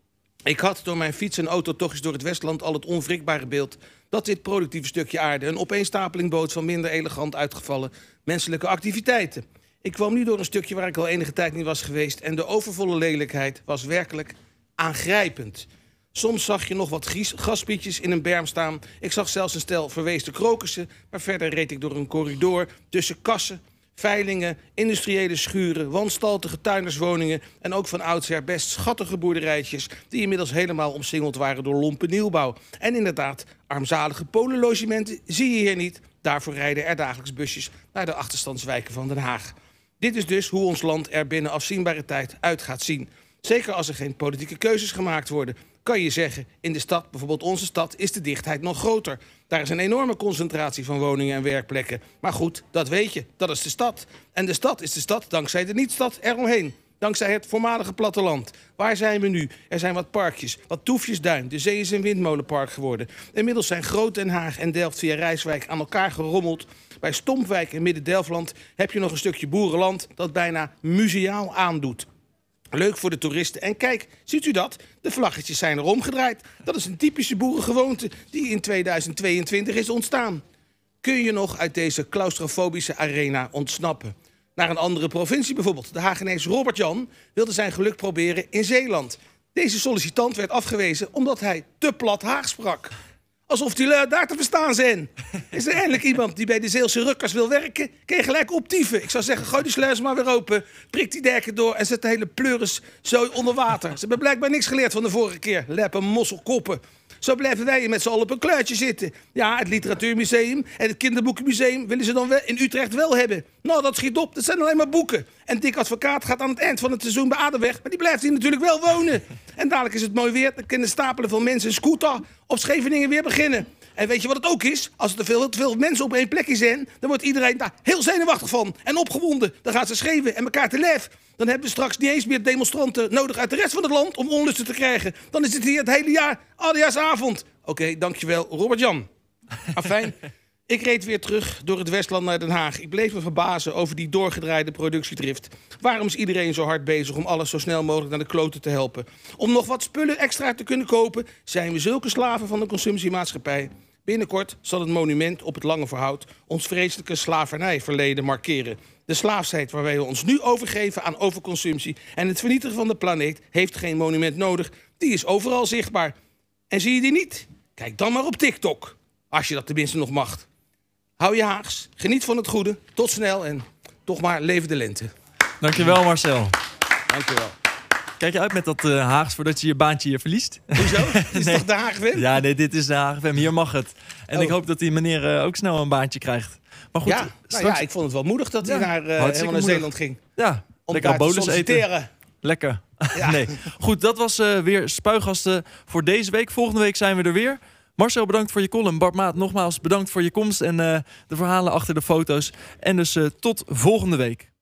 Ik had door mijn fiets- en autotochtjes door het Westland al het onwrikbare beeld dat dit productieve stukje aarde een opeenstapeling bood van minder elegant uitgevallen menselijke activiteiten. Ik kwam nu door een stukje waar ik al enige tijd niet was geweest en de overvolle lelijkheid was werkelijk aangrijpend. Soms zag je nog wat gaspietjes in een berm staan. Ik zag zelfs een stel verweesde krokussen, maar verder reed ik door een corridor tussen kassen, veilingen, industriële schuren, wanstaltige tuinderswoningen en ook van oudsher best schattige boerderijtjes die inmiddels helemaal omsingeld waren door lompe nieuwbouw. En inderdaad, armzalige polenlogementen zie je hier niet. Daarvoor rijden er dagelijks busjes naar de achterstandswijken van Den Haag. Dit is dus hoe ons land er binnen afzienbare tijd uit gaat zien. Zeker als er geen politieke keuzes gemaakt worden, kan je zeggen, in de stad, bijvoorbeeld onze stad, is de dichtheid nog groter. Daar is een enorme concentratie van woningen en werkplekken. Maar goed, dat weet je, dat is de stad. En de stad is de stad dankzij de niet-stad eromheen. Dankzij het voormalige platteland. Waar zijn we nu? Er zijn wat parkjes, wat Toefjesduin. De zee is een windmolenpark geworden. Inmiddels zijn Groot Den Haag en Delft via Rijswijk aan elkaar gerommeld. Bij Stompwijk in Midden-Delfland heb je nog een stukje boerenland dat bijna museaal aandoet. Leuk voor de toeristen. En kijk, ziet u dat? De vlaggetjes zijn er omgedraaid. Dat is een typische boerengewoonte die in 2022 is ontstaan. Kun je nog uit deze claustrofobische arena ontsnappen? Naar een andere provincie bijvoorbeeld. De Hagenees Robert-Jan wilde zijn geluk proberen in Zeeland. Deze sollicitant werd afgewezen omdat hij te plat Haags sprak. Alsof die lui daar te verstaan zijn. Is er eindelijk iemand die bij de Zeelse rukkers wil werken? Kun je gelijk optieven. Ik zou zeggen, gooi die sluis maar weer open. Prik die derken door en zet de hele pleuris zo onder water. Ze hebben blijkbaar niks geleerd van de vorige keer. Leppen, mosselkoppen. Zo blijven wij met z'n allen op een kluitje zitten. Ja, het Literatuurmuseum en het Kinderboekenmuseum willen ze dan wel in Utrecht wel hebben. Nou, dat schiet op. Dat zijn alleen maar boeken. En Dick Advocaat gaat aan het eind van het seizoen bij Adenweg. Maar die blijft hier natuurlijk wel wonen. En dadelijk is het mooi weer. Dan kunnen stapelen van mensen een scooter op Scheveningen weer beginnen. En weet je wat het ook is? Als er te veel mensen op één plekje zijn, dan wordt iedereen daar heel zenuwachtig van. En opgewonden. Dan gaan ze schreeuwen en elkaar te lijf. Dan hebben we straks niet eens meer demonstranten nodig uit de rest van het land om onlusten te krijgen. Dan is het hier het hele jaar oudejaarsavond. Oké, dankjewel, Robert-Jan. Afijn, ik reed weer terug door het Westland naar Den Haag. Ik bleef me verbazen over die doorgedraaide productiedrift. Waarom is iedereen zo hard bezig om alles zo snel mogelijk naar de kloten te helpen? Om nog wat spullen extra te kunnen kopen, zijn we zulke slaven van de consumptiemaatschappij. Binnenkort zal het monument op het Lange Verhout ons vreselijke slavernijverleden markeren. De slaafsheid waar wij ons nu overgeven aan overconsumptie en het vernietigen van de planeet heeft geen monument nodig. Die is overal zichtbaar. En zie je die niet? Kijk dan maar op TikTok. Als je dat tenminste nog mag. Hou je Haags, geniet van het goede, tot snel en toch maar leven de lente. Dankjewel Marcel. Dankjewel. Kijk je uit met dat Haags voordat je je baantje hier verliest? Hoezo? Is Nee. toch de HGFM? Ja, nee, dit is de HGFM. Hier mag het. En ik hoop dat die meneer ook snel een baantje krijgt. Maar goed, Ja, nou straks... ja, ik vond het wel moedig dat hij hartstikke helemaal naar moedig. Zeeland ging. Ja, Om lekker daar te bolus eten. solliciteren. Lekker. Ja. Nee. Goed, dat was weer Spuigasten voor deze week. Volgende week zijn we er weer. Marcel, bedankt voor je column. Bart Maat, nogmaals bedankt voor je komst en de verhalen achter de foto's. En dus tot volgende week.